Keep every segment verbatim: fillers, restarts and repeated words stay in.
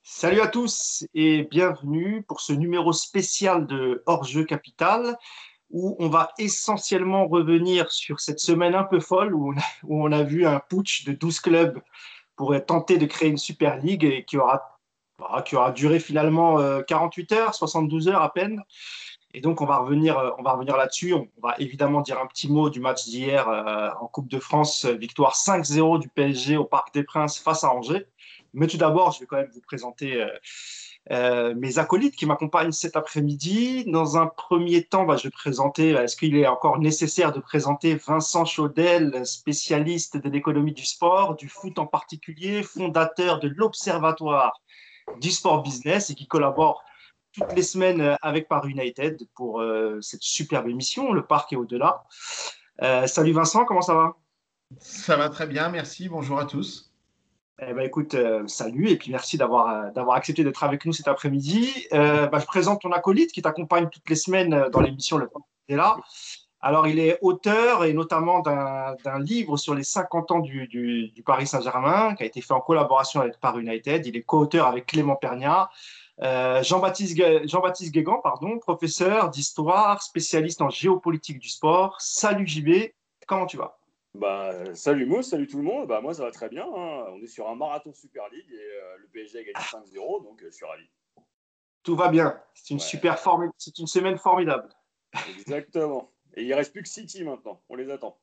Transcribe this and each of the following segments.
Salut à tous et bienvenue pour ce numéro spécial de Hors-jeu Capital où on va essentiellement revenir sur cette semaine un peu folle où on a, où on a vu un putsch de douze clubs pour tenter de créer une Super League et qui aura, bah, qui aura duré finalement euh, quarante-huit heures, soixante-douze heures à peine. Et donc on va revenir, euh, on va revenir là-dessus. On, on va évidemment dire un petit mot du match d'hier euh, en Coupe de France, victoire cinq zéro du P S G au Parc des Princes face à Angers. Mais tout d'abord, je vais quand même vous présenter euh, euh, mes acolytes qui m'accompagnent cet après-midi. Dans un premier temps, bah, je vais présenter, est-ce qu'il est encore nécessaire de présenter Vincent Chaudel, spécialiste de l'économie du sport, du foot en particulier, fondateur de l'Observatoire du sport business et qui collabore toutes les semaines avec Paris United pour euh, cette superbe émission, Le Parc et au-delà. Euh, salut Vincent, comment ça va? Ça va très bien, merci. Bonjour à tous. Eh ben, écoute, euh, salut et puis merci d'avoir euh, d'avoir accepté d'être avec nous cet après-midi. Euh, bah, je présente ton acolyte qui t'accompagne toutes les semaines euh, dans l'émission Le Parc et au-delà. Alors, il est auteur et notamment d'un d'un livre sur les cinquante ans du, du, du Paris Saint-Germain qui a été fait en collaboration avec Paris United. Il est co-auteur avec Clément Perniat. Euh, Jean-Baptiste Gue- Jean-Baptiste Guégan, pardon, professeur d'histoire, spécialiste en géopolitique du sport. Salut J B, comment tu vas? Bah, euh, salut Mo, salut tout le monde. Bah, moi, ça va très bien, hein. On est sur un marathon Super League et euh, le P S G a gagné cinq zéro, donc euh, je suis ravi. Tout va bien. C'est une Ouais, super formi- c'est une semaine formidable. exactement. Et il reste plus que City maintenant. On les attend.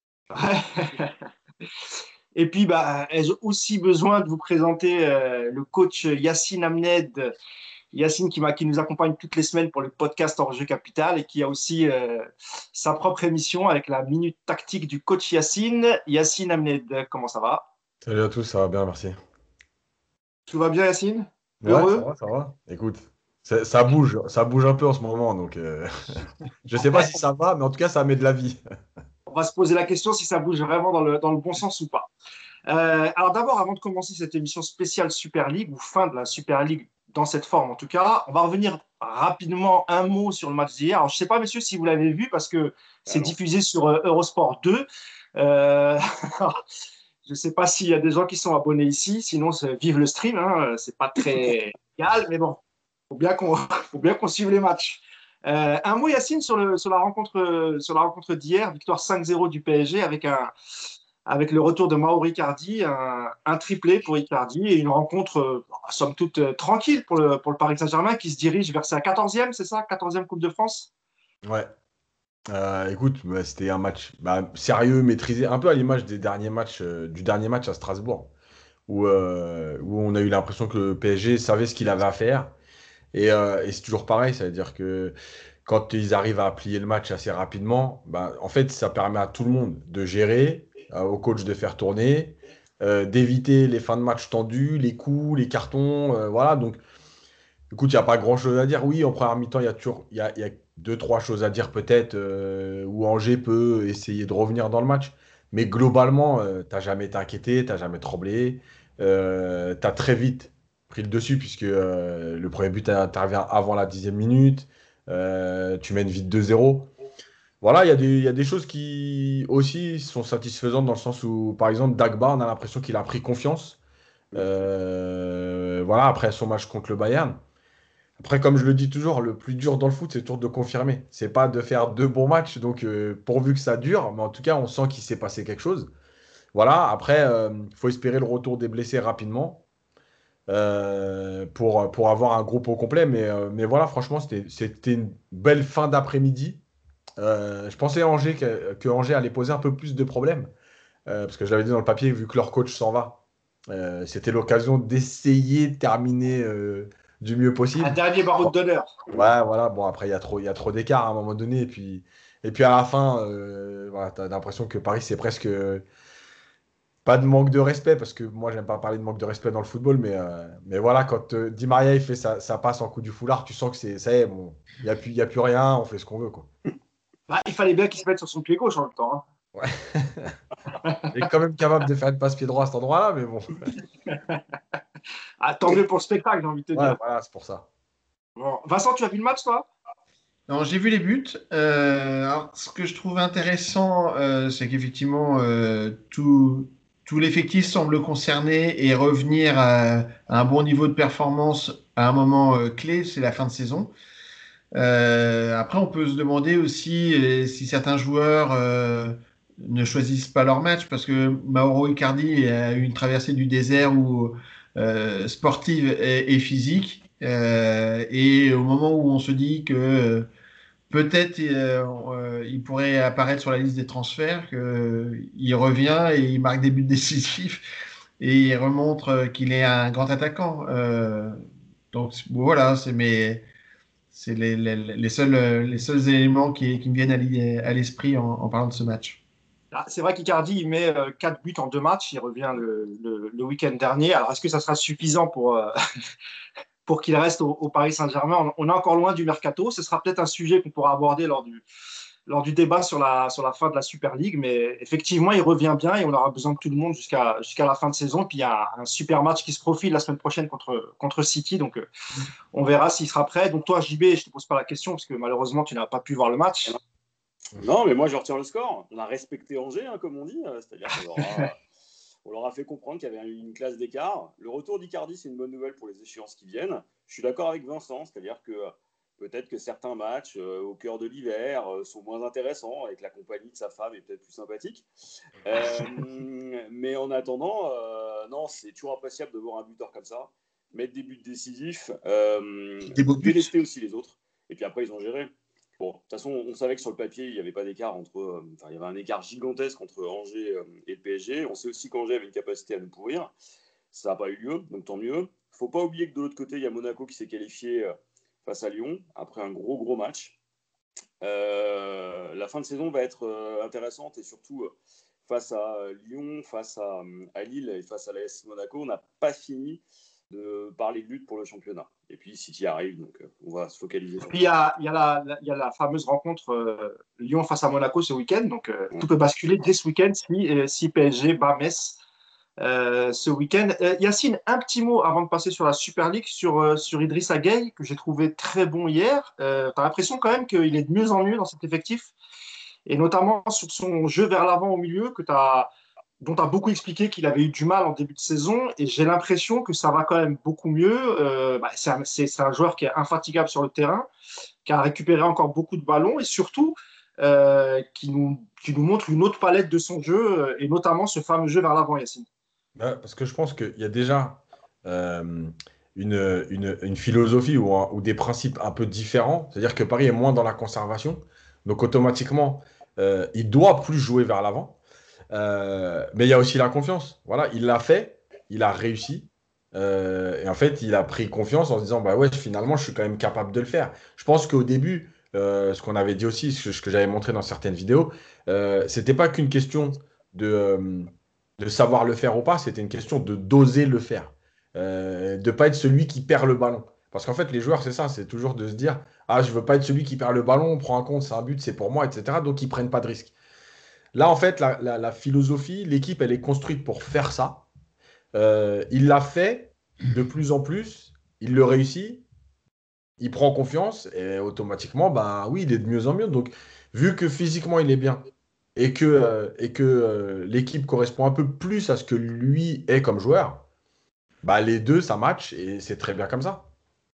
Et puis, bah, ai-je aussi besoin de vous présenter euh, le coach Yacine Amned, Yacine qui, m'a- qui nous accompagne toutes les semaines pour le podcast Hors-jeu Capital et qui a aussi euh, sa propre émission avec la minute tactique du coach Yacine. Yacine Amned, comment ça va? Salut à tous, ça va bien, merci. Tout va bien, Yacine? Ouais, ça Heureux? va, ça va. Écoute, ça, ça bouge, ça bouge un peu en ce moment, donc euh, je sais pas si ça va, mais en tout cas, ça met de la vie. On va se poser la question si ça bouge vraiment dans le, dans le bon sens ou pas. Euh, alors d'abord, avant de commencer cette émission spéciale Super League, ou fin de la Super League dans cette forme en tout cas, on va revenir rapidement un mot sur le match d'hier. Alors je ne sais pas, messieurs, si vous l'avez vu, parce que Ah c'est non. diffusé sur euh, Eurosport deux. Euh, je ne sais pas s'il y a des gens qui sont abonnés ici, sinon c'est- vive le stream, hein, c'est pas très égal, mais bon, il faut bien qu'on faut bien qu'on suive les matchs. Euh, un mot, Yacine, sur, le, sur la rencontre, sur la rencontre d'hier, victoire cinq zéro du P S G avec un, avec le retour de Mauro Icardi, un, un triplé pour Icardi et une rencontre, euh, somme toute, euh, tranquille pour le, pour le Paris Saint-Germain qui se dirige vers sa quatorzième, c'est ça? quatorzième Coupe de France? Ouais. Euh, écoute, bah, c'était un match bah, sérieux, maîtrisé, un peu à l'image des derniers matchs, euh, du dernier match à Strasbourg, où, euh, où on a eu l'impression que le P S G savait ce qu'il avait à faire. Et, euh, et c'est toujours pareil, ça veut dire que quand ils arrivent à plier le match assez rapidement, bah, en fait, ça permet à tout le monde de gérer, euh, au coach de faire tourner, euh, d'éviter les fins de match tendues, les coups, les cartons. Euh, voilà, donc écoute, il n'y a pas grand-chose à dire. Oui, en première mi-temps, il y a toujours il y a, il y a deux, trois choses à dire peut-être, euh, où Angers peut essayer de revenir dans le match. Mais globalement, euh, tu n'as jamais été inquiété, tu n'as jamais tremblé. Euh, tu as très vite pris le dessus puisque euh, le premier but intervient avant la dixième minute. Euh, tu mènes vite deux zéro. Voilà, il y a des, il y a des choses qui aussi sont satisfaisantes dans le sens où, par exemple, Dagba, on a l'impression qu'il a pris confiance. Euh, voilà, après son match contre le Bayern. Après, comme je le dis toujours, le plus dur dans le foot, c'est toujours de confirmer. C'est pas de faire deux bons matchs, donc euh, pourvu que ça dure, mais en tout cas, on sent qu'il s'est passé quelque chose. Voilà, après, il faut espérer le retour des blessés rapidement, euh, pour, pour avoir un groupe au complet. Mais, euh, mais voilà, franchement, c'était, c'était une belle fin d'après-midi. Euh, je pensais Angers que, que Angers allait poser un peu plus de problèmes, euh, parce que je l'avais dit dans le papier, vu que leur coach s'en va. Euh, c'était l'occasion d'essayer de terminer euh, du mieux Un possible. dernier barreau d'honneur. Ouais, voilà. Bon, après, il y a trop, il y a trop d'écart à un moment donné. Et puis, et puis à la fin, euh, voilà, tu as l'impression que Paris, c'est presque pas de manque de respect, parce que moi, j'aime pas parler de manque de respect dans le football. Mais, euh, mais voilà, quand euh, Di Maria il fait sa, sa passe en coup du foulard, tu sens que c'est, ça y est, bon, il n'y a plus, il y a plus rien, on fait ce qu'on veut, quoi. Bah, il fallait bien qu'il se mette sur son pied gauche en même temps, Ouais. Il est quand même capable de faire une passe pied droit à cet endroit-là, mais bon. hein. Ah, tant mieux pour le spectacle, j'ai envie de te Ouais, dire. voilà, c'est pour ça. Bon. Vincent, tu as vu le match, toi? Alors, j'ai vu les buts. Euh, alors, ce que je trouve intéressant, euh, c'est qu'effectivement, euh, tout- tout l'effectif semble concerné et revenir à, à un bon niveau de performance à un moment euh, clé, c'est la fin de saison. Euh, après, on peut se demander aussi euh, si certains joueurs euh, ne choisissent pas leur match, parce que Mauro Icardi a eu une traversée du désert où, euh, sportive et, et physique. Euh, et au moment où on se dit que euh, peut-être euh, euh, il pourrait apparaître sur la liste des transferts, qu'il revient et il marque des buts décisifs et il remontre qu'il est un grand attaquant. Euh, donc voilà, c'est mes c'est les, les, les, seuls, les seuls éléments qui, qui me viennent à l'esprit en, en parlant de ce match. Ah, c'est vrai qu'Icardi, il met euh, quatre buts en deux matchs. Il revient le, le, le week-end dernier. Alors, est-ce que ça sera suffisant pour, euh, pour qu'il reste au, au Paris Saint-Germain? on, on est encore loin du mercato. Ce sera peut-être un sujet qu'on pourra aborder lors du, lors du débat sur la, sur la fin de la Super League. Mais effectivement, il revient bien et on aura besoin de tout le monde jusqu'à jusqu'à la fin de saison. Puis il y a un, un super match qui se profile la semaine prochaine contre, contre City. Donc, euh, on verra s'il sera prêt. Donc, toi, J B, je ne te pose pas la question parce que malheureusement, tu n'as pas pu voir le match. Non, mais moi, je retiens le score. On a respecté Angers, hein, comme on dit. C'est-à-dire qu'on leur a, on leur a fait comprendre qu'il y avait une classe d'écart. Le retour d'Icardi, c'est une bonne nouvelle pour les échéances qui viennent. Je suis d'accord avec Vincent, c'est-à-dire que peut-être que certains matchs euh, au cœur de l'hiver euh, sont moins intéressants, avec la compagnie de sa femme est peut-être plus sympathique. Euh, mais en attendant, euh, non, c'est toujours appréciable de voir un buteur comme ça, mettre des buts décisifs, euh, Des beaux buts. délester aussi les autres. Et puis après, ils ont géré. Bon, de toute façon, on savait que sur le papier, il n'y avait pas d'écart entre. Euh, enfin, il y avait un écart gigantesque entre Angers euh, et le P S G. On sait aussi qu'Angers avait une capacité à nous pourrir. Ça n'a pas eu lieu, donc tant mieux. Il ne faut pas oublier que de l'autre côté, il y a Monaco qui s'est qualifié euh, face à Lyon après un gros, gros match. Euh, la fin de saison va être euh, intéressante et surtout euh, face à Lyon, face à, à Lille et face à l'A S Monaco, on n'a pas fini de parler de lutte pour le championnat. Et puis City arrive, donc euh, on va se focaliser sur ça. Puis il y a, il y a, la, il y a la fameuse rencontre euh, Lyon face à Monaco ce week-end. Donc euh, ouais. Tout peut basculer dès ce week-end si, euh, si P S G bat Metz euh, ce week-end. Euh, Yacine, un petit mot avant de passer sur la Super League, sur, euh, sur Idrissa Gueye, que j'ai trouvé très bon hier. Euh, tu as l'impression quand même qu'il est de mieux en mieux dans cet effectif, et notamment sur son jeu vers l'avant au milieu, que tu as dont tu as beaucoup expliqué qu'il avait eu du mal en début de saison, et j'ai l'impression que ça va quand même beaucoup mieux. Euh, bah, c'est, un, c'est, c'est un joueur qui est infatigable sur le terrain, qui a récupéré encore beaucoup de ballons, et surtout euh, qui, nous, qui nous montre une autre palette de son jeu, et notamment ce fameux jeu vers l'avant, Yacine. Ouais, parce que je pense qu'il y a déjà euh, une, une, une philosophie ou, un, ou des principes un peu différents, c'est-à-dire que Paris est moins dans la conservation, donc automatiquement, euh, il doit plus jouer vers l'avant. Euh, mais il y a aussi la confiance. Voilà, il l'a fait, il a réussi. Euh, et en fait, il a pris confiance en se disant bah ouais, finalement, je suis quand même capable de le faire. Je pense qu'au début, euh, ce qu'on avait dit aussi, ce que, ce que j'avais montré dans certaines vidéos, euh, c'était pas qu'une question de, euh, de savoir le faire ou pas, c'était une question de d'oser le faire. Euh, de pas être celui qui perd le ballon. Parce qu'en fait, les joueurs, c'est ça, c'est toujours de se dire ah, je veux pas être celui qui perd le ballon, on prend un compte, c'est un but, c'est pour moi, et cetera. Donc, ils prennent pas de risques. Là, en fait, la, la, la philosophie, l'équipe, elle est construite pour faire ça. Euh, il l'a fait de plus en plus. Il le réussit. Il prend confiance. Et automatiquement, bah oui, il est de mieux en mieux. Donc, vu que physiquement, il est bien et que, euh, et que euh, l'équipe correspond un peu plus à ce que lui est comme joueur, bah les deux, ça match et c'est très bien comme ça.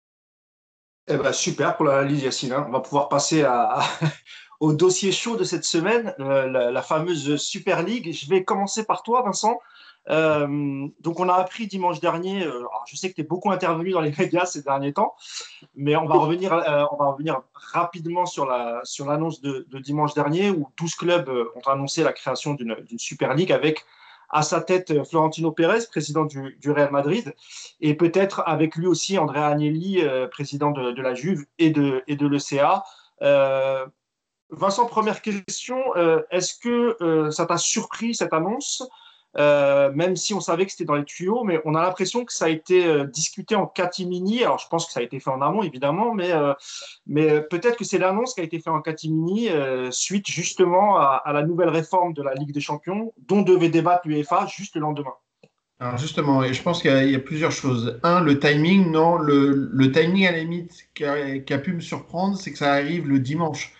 Eh ben, super pour l'analyse, Yacine. On va pouvoir passer à... au dossier chaud de cette semaine, euh, la, la fameuse Super League. Je vais commencer par toi, Vincent. Euh, donc, on a appris dimanche dernier, euh, je sais que tu es beaucoup intervenu dans les médias ces derniers temps, mais on va revenir, euh, on va revenir rapidement sur, la, sur l'annonce de, de dimanche dernier où douze clubs ont annoncé la création d'une, d'une Super League avec à sa tête Florentino Pérez, président du, du Real Madrid, et peut-être avec lui aussi Andrea Agnelli, euh, président de, de la Juve et de, et de l'E C A. Euh, Vincent, première question, euh, est-ce que euh, ça t'a surpris cette annonce, euh, même si on savait que c'était dans les tuyaux, mais on a l'impression que ça a été euh, discuté en catimini. Alors je pense que ça a été fait en amont évidemment, mais, euh, mais peut-être que c'est l'annonce qui a été faite en catimini euh, suite justement à, à la nouvelle réforme de la Ligue des Champions dont devait débattre l'UEFA juste le lendemain. Alors justement, et je pense qu'il y a, il y a plusieurs choses. Un, le timing, non, le, le timing à la limite qui a, qui a pu me surprendre, c'est que ça arrive le dimanche.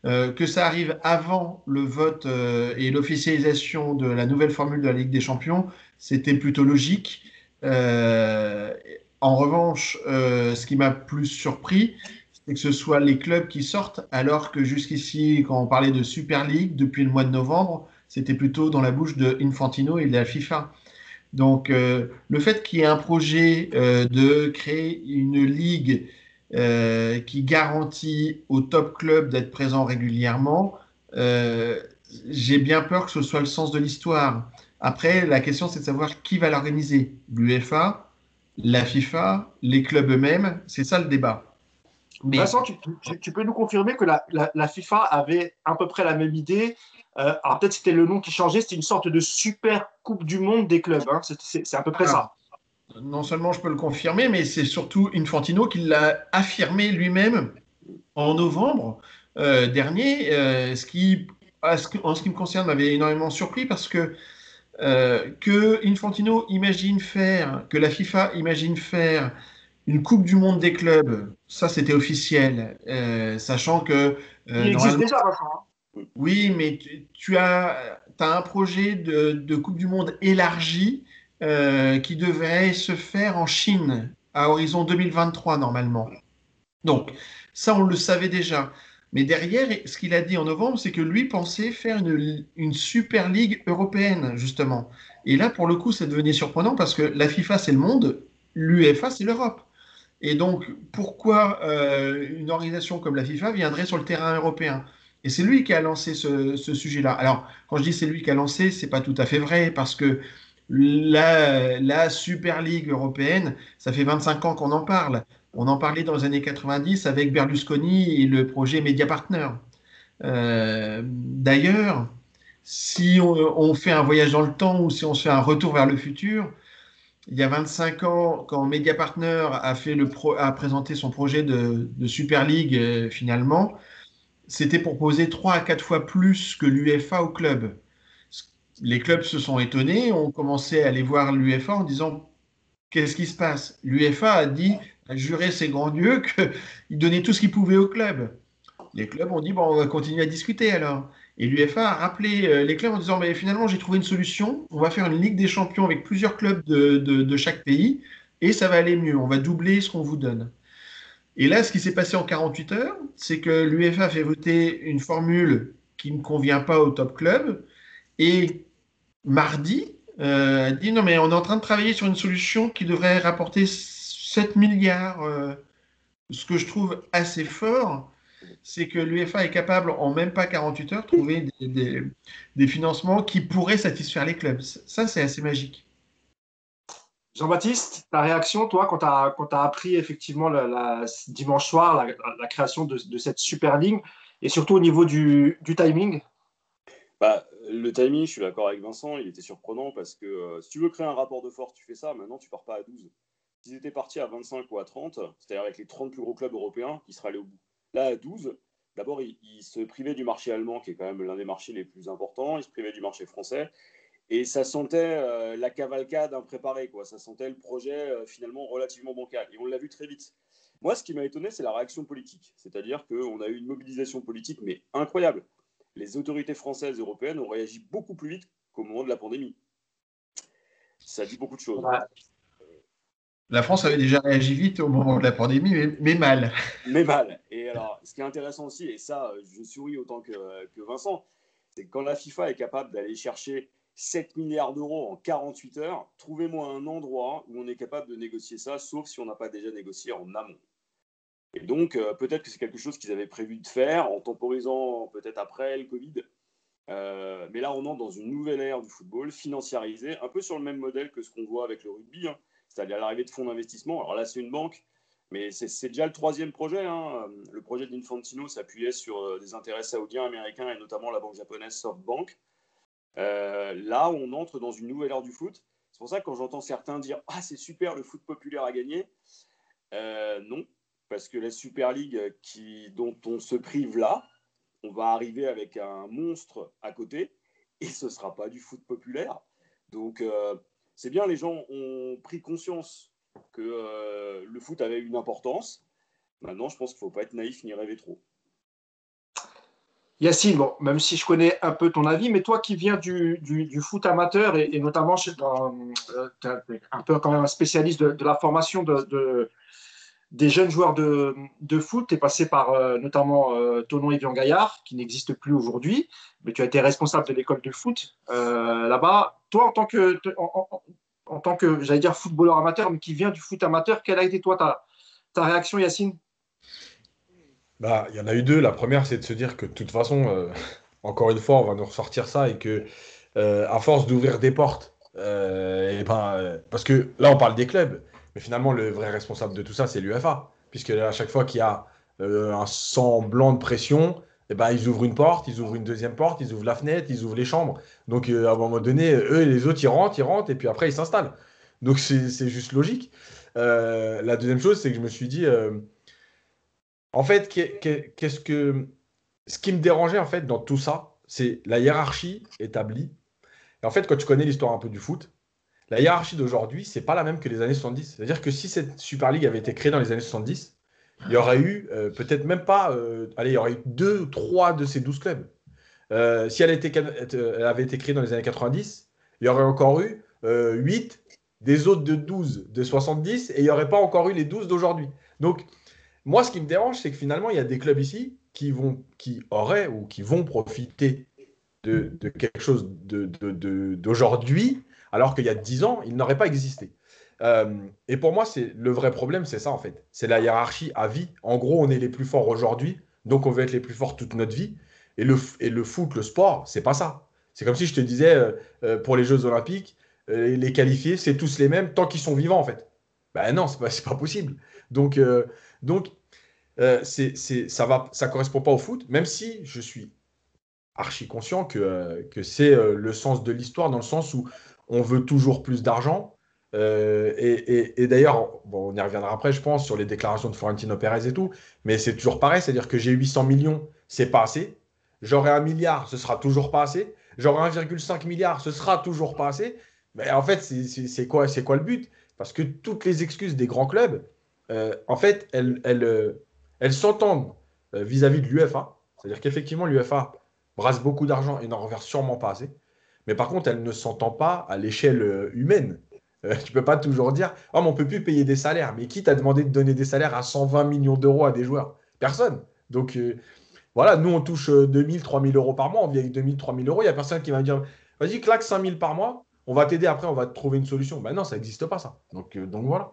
Euh, que ça arrive avant le vote euh, et l'officialisation de la nouvelle formule de la Ligue des Champions, c'était plutôt logique. Euh, en revanche, euh, ce qui m'a plus surpris, c'est que ce soit les clubs qui sortent, alors que jusqu'ici, quand on parlait de Super League, depuis le mois de novembre, c'était plutôt dans la bouche de Infantino et de la FIFA. Donc, euh, le fait qu'il y ait un projet euh, de créer une ligue euh, qui garantit aux top clubs d'être présents régulièrement, euh, j'ai bien peur que ce soit le sens de l'histoire. Après, la question, c'est de savoir qui va l'organiser. L'UEFA, la FIFA, les clubs eux-mêmes, c'est ça le débat. Mais Vincent, tu, tu- tu peux nous confirmer que la, la- la FIFA avait à peu près la même idée. Euh, alors peut-être c'était le nom qui changeait, c'était une sorte de super Coupe du Monde des clubs, hein. C'est c'est- c'est à peu près ah, ça. non seulement je peux le confirmer, mais c'est surtout Infantino qui l'a affirmé lui-même en novembre euh, dernier, euh, ce qui, en ce qui me concerne, m'avait énormément surpris parce que euh, que Infantino imagine faire, que la FIFA imagine faire une Coupe du Monde des clubs, ça c'était officiel, euh, sachant que Il euh, existe normalement, déjà, Vincent. oui, mais tu, tu as, t'as un projet de, de Coupe du Monde élargi euh, qui devrait se faire en Chine à horizon deux mille vingt-trois normalement. Donc, ça, on le savait déjà. Mais derrière, ce qu'il a dit en novembre, c'est que lui pensait faire une, une Super Ligue européenne, justement. Et là, pour le coup, ça devenait surprenant parce que la FIFA, c'est le monde, l'UEFA, c'est l'Europe. Et donc, pourquoi euh, une organisation comme la FIFA viendrait sur le terrain européen? Et c'est lui qui a lancé ce, ce sujet-là. Alors, quand je dis c'est lui qui a lancé, c'est pas tout à fait vrai parce que la, la Super League européenne, ça fait vingt-cinq ans qu'on en parle. On en parlait dans les années quatre-vingt-dix avec Berlusconi et le projet Media Partner. Euh, D'ailleurs, si on, on fait un voyage dans le temps ou si on se fait un retour vers le futur, il y a vingt-cinq ans, quand Media Partner a, fait le pro, a présenté son projet de, de Super League, euh, finalement, c'était pour poser trois à quatre fois plus que l'UEFA au club. Les clubs se sont étonnés, ont commencé à aller voir l'UEFA en disant qu'est-ce qui se passe? L'UEFA a dit, a juré ses grands dieux qu'il donnait tout ce qu'il pouvait au club. Les clubs ont dit, bon, on va continuer à discuter alors. Et l'UEFA a rappelé euh, les clubs en disant, mais finalement, j'ai trouvé une solution. On va faire une Ligue des champions avec plusieurs clubs de, de, de chaque pays et ça va aller mieux. On va doubler ce qu'on vous donne. Et là, ce qui s'est passé en quarante-huit heures, c'est que l'UEFA a fait voter une formule qui ne convient pas aux top clubs. Et mardi, euh, a dit, non, mais on est en train de travailler sur une solution qui devrait rapporter sept milliards. Euh, ce que je trouve assez fort, c'est que l'UEFA est capable, en même pas quarante-huit heures, de trouver des, des- des financements qui pourraient satisfaire les clubs. Ça, c'est assez magique. Jean-Baptiste, ta réaction, toi, quand tu as, quand t'as appris effectivement la, la- dimanche soir la, la création de, de cette super ligne et surtout au niveau du, du timing? Bah, le timing, je suis d'accord avec Vincent, il était surprenant parce que euh, si tu veux créer un rapport de force, tu fais ça. Maintenant, tu pars pas à douze. S'ils étaient partis à vingt-cinq ou à trente, c'est-à-dire avec les trente plus gros clubs européens, ils seraient allés au bout. Là, à douze, d'abord, ils, ils se privaient du marché allemand, qui est quand même l'un des marchés les plus importants. Ils se privaient du marché français. Et ça sentait euh, la cavalcade impréparée, quoi. Ça sentait le projet euh, finalement relativement bancal. Et on l'a vu très vite. Moi, ce qui m'a étonné, c'est la réaction politique. C'est-à-dire qu'on a eu une mobilisation politique, mais incroyable. Les autorités françaises et européennes ont réagi beaucoup plus vite qu'au moment de la pandémie. Ça dit beaucoup de choses. Ouais. La France avait déjà réagi vite au moment de la pandémie, mais, mais mal. Mais mal. Et alors, ce qui est intéressant aussi, et ça, je souris autant que, que Vincent, c'est que quand la FIFA est capable d'aller chercher sept milliards d'euros en quarante-huit heures, trouvez-moi un endroit où on est capable de négocier ça, sauf si on n'a pas déjà négocié en amont. Et donc, euh, peut-être que c'est quelque chose qu'ils avaient prévu de faire en temporisant peut-être après le Covid. Euh, mais là, on entre dans une nouvelle ère du football, financiarisée, un peu sur le même modèle que ce qu'on voit avec le rugby, hein, c'est-à-dire l'arrivée de fonds d'investissement. Alors là, c'est une banque, mais c'est, c'est déjà le troisième projet. Hein. Le projet d'Infantino s'appuyait sur euh, des intérêts saoudiens, américains et notamment la banque japonaise SoftBank. Euh, là, on entre dans une nouvelle ère du foot. C'est pour ça que quand j'entends certains dire « Ah, c'est super, le foot populaire a gagné euh, », non, parce que la Super League qui, dont on se prive là, on va arriver avec un monstre à côté et ce ne sera pas du foot populaire. Donc, euh, c'est bien, les gens ont pris conscience que euh, le foot avait une importance. Maintenant, je pense qu'il ne faut pas être naïf ni rêver trop. Yacine, bon, même si je connais un peu ton avis, mais toi qui viens du, du, du foot amateur et, et notamment chez, dans, euh, t'es un peu quand même un spécialiste de, de la formation de, de- des jeunes joueurs de, de foot, tu es passé par euh, notamment euh, Thonon Evian Gaillard, qui n'existe plus aujourd'hui, mais tu as été responsable de l'école de foot euh, là-bas. Toi, en tant que, en, en- en tant que, j'allais dire footballeur amateur, mais qui vient du foot amateur, quelle a été toi ta, ta réaction, Yacine? Bah, il y en a eu deux. La première, c'est de se dire que de toute façon, euh, encore une fois, on va nous ressortir ça et que, euh, à force d'ouvrir des portes, euh, et ben, euh, parce que là, on parle des clubs, mais finalement, le vrai responsable de tout ça, c'est l'UEFA. Puisque à chaque fois qu'il y a euh, un semblant de pression, et ben, ils ouvrent une porte, ils ouvrent une deuxième porte, ils ouvrent la fenêtre, ils ouvrent les chambres. Donc, euh, à un moment donné, eux et les autres, ils rentrent, ils rentrent, et puis après, ils s'installent. Donc, c'est c'est juste logique. Euh, la deuxième chose, c'est que je me suis dit. euh, en fait, qu'est- qu'est- qu'est-ce que ce qui me dérangeait en fait dans tout ça, c'est la hiérarchie établie. Et en fait, quand tu connais l'histoire un peu du foot, la hiérarchie d'aujourd'hui, c'est pas la même que les années soixante-dix. C'est-à-dire que si cette Super League avait été créée dans les années soixante-dix, il y aurait eu euh, peut-être même pas, euh, allez, il y aurait eu deux ou trois de ces douze clubs. Euh, si elle, était, euh, elle avait été créée dans les années quatre-vingt-dix, il y aurait encore eu euh, huit des autres de douze de soixante-dix et il n'y aurait pas encore eu les douze d'aujourd'hui. Donc, moi, ce qui me dérange, c'est que finalement, il y a des clubs ici qui vont, qui auraient ou qui vont profiter de, de quelque chose de, de- de- d'aujourd'hui, alors qu'il y a dix ans, il n'aurait pas existé. Euh, et pour moi, c'est le vrai problème, c'est ça en fait. C'est la hiérarchie à vie. En gros, on est les plus forts aujourd'hui, donc on veut être les plus forts toute notre vie. Et le, f- et le foot, le sport, c'est pas ça. C'est comme si je te disais, euh, euh, pour les Jeux Olympiques, euh, les qualifiés, c'est tous les mêmes tant qu'ils sont vivants en fait. Ben non, c'est pas, c'est pas possible. Donc, euh, donc euh, c'est, c'est, ça va, ça correspond pas au foot, même si je suis archi conscient que, euh, que c'est euh, le sens de l'histoire, dans le sens où on veut toujours plus d'argent. Euh, et et- et d'ailleurs, bon, on y reviendra après, je pense, sur les déclarations de Florentino Pérez et tout, mais c'est toujours pareil, c'est-à-dire que j'ai huit cents millions, c'est pas assez. J'aurai un milliard, ce sera toujours pas assez. J'aurai un virgule cinq milliard, ce sera toujours pas assez. Mais en fait, c'est c'est- c'est quoi, c'est quoi le but? Parce que toutes les excuses des grands clubs, euh, en fait, elles, elles, euh, elles s'entendent euh, vis-à-vis de l'UEFA. C'est-à-dire qu'effectivement, l'UEFA brasse beaucoup d'argent et n'en reverse sûrement pas assez. Mais par contre, elle ne s'entend pas à l'échelle euh, humaine. Euh, tu peux pas toujours dire, oh, mais on peut plus payer des salaires. Mais qui t'a demandé de donner des salaires à cent vingt millions d'euros à des joueurs? Personne. Donc euh, voilà, nous on touche euh, deux mille, trois mille euros par mois, on vit avec deux mille, trois mille euros. Il n'y a personne qui va me dire, vas-y, claque cinq mille par mois, on va t'aider après, on va te trouver une solution. Ben non, ça n'existe pas ça. Donc, euh, donc voilà.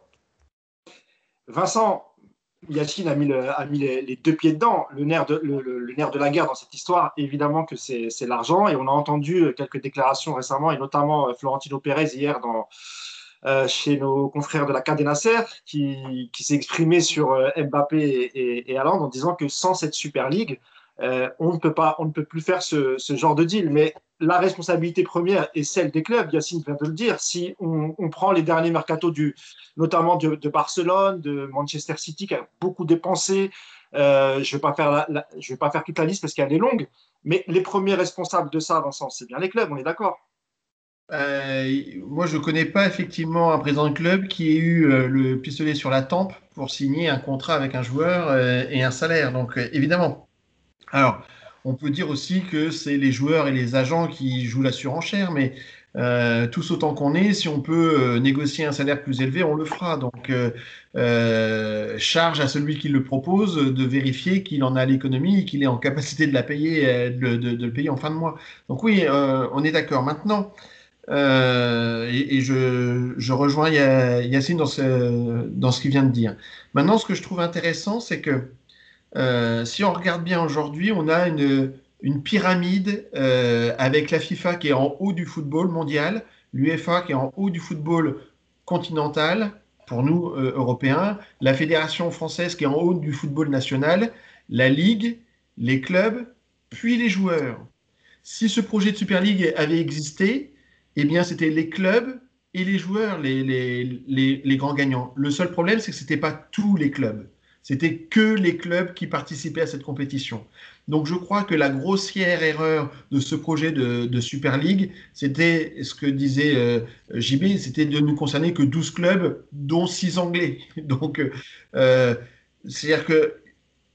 Vincent, Yacine a mis, le- a mis les, les deux pieds dedans. Le nerf de, le, le- le nerf de la guerre dans cette histoire, évidemment que c'est c'est l'argent. Et on a entendu quelques déclarations récemment, et notamment euh, Florentino Pérez hier dans, euh, chez nos confrères de la Cadena Ser, qui, qui s'est exprimé sur euh, Mbappé et, et, et Haaland en disant que sans cette Super League, euh, on ne peut pas, on ne peut plus faire ce, ce genre de deal. Mais la responsabilité première est celle des clubs. Yacine vient de le dire. Si on, on prend les derniers mercatos du, notamment de, de Barcelone, de Manchester City, qui a beaucoup dépensé. Euh, je ne vais, pas faire la- la- je vais pas faire toute la liste parce qu'elle est longue, mais les premiers responsables de ça, Vincent, c'est bien les clubs, on est d'accord. Euh, moi, je ne connais pas effectivement un président de club qui ait eu euh, le pistolet sur la tempe pour signer un contrat avec un joueur euh, et un salaire. Donc, euh, évidemment. Alors, on peut dire aussi que c'est les joueurs et les agents qui jouent la surenchère, mais euh, tous autant qu'on est, si on peut euh, négocier un salaire plus élevé, on le fera. Donc, euh, euh, charge à celui qui le propose de vérifier qu'il en a l'économie et qu'il est en capacité de la payer, euh, de, de- de le payer en fin de mois. Donc oui, euh, on est d'accord. Maintenant, euh, et, et je, je rejoins Ya- Yacine dans ce, dans ce qu'il vient de dire. Maintenant, ce que je trouve intéressant, c'est que euh, si on regarde bien aujourd'hui, on a une, une pyramide euh, avec la FIFA qui est en haut du football mondial, l'UEFA qui est en haut du football continental pour nous euh, Européens, la Fédération française qui est en haut du football national, la Ligue, les clubs, puis les joueurs. Si ce projet de Super League avait existé, eh bien, c'était les clubs et les joueurs, les, les, les, les grands gagnants. Le seul problème, c'est que ce n'était pas tous les clubs. C'était que les clubs qui participaient à cette compétition. Donc je crois que la grossière erreur de ce projet de, de Super League, c'était ce que disait euh, J B, c'était de ne concerner que douze clubs, dont six Anglais. Donc, euh, c'est-à-dire que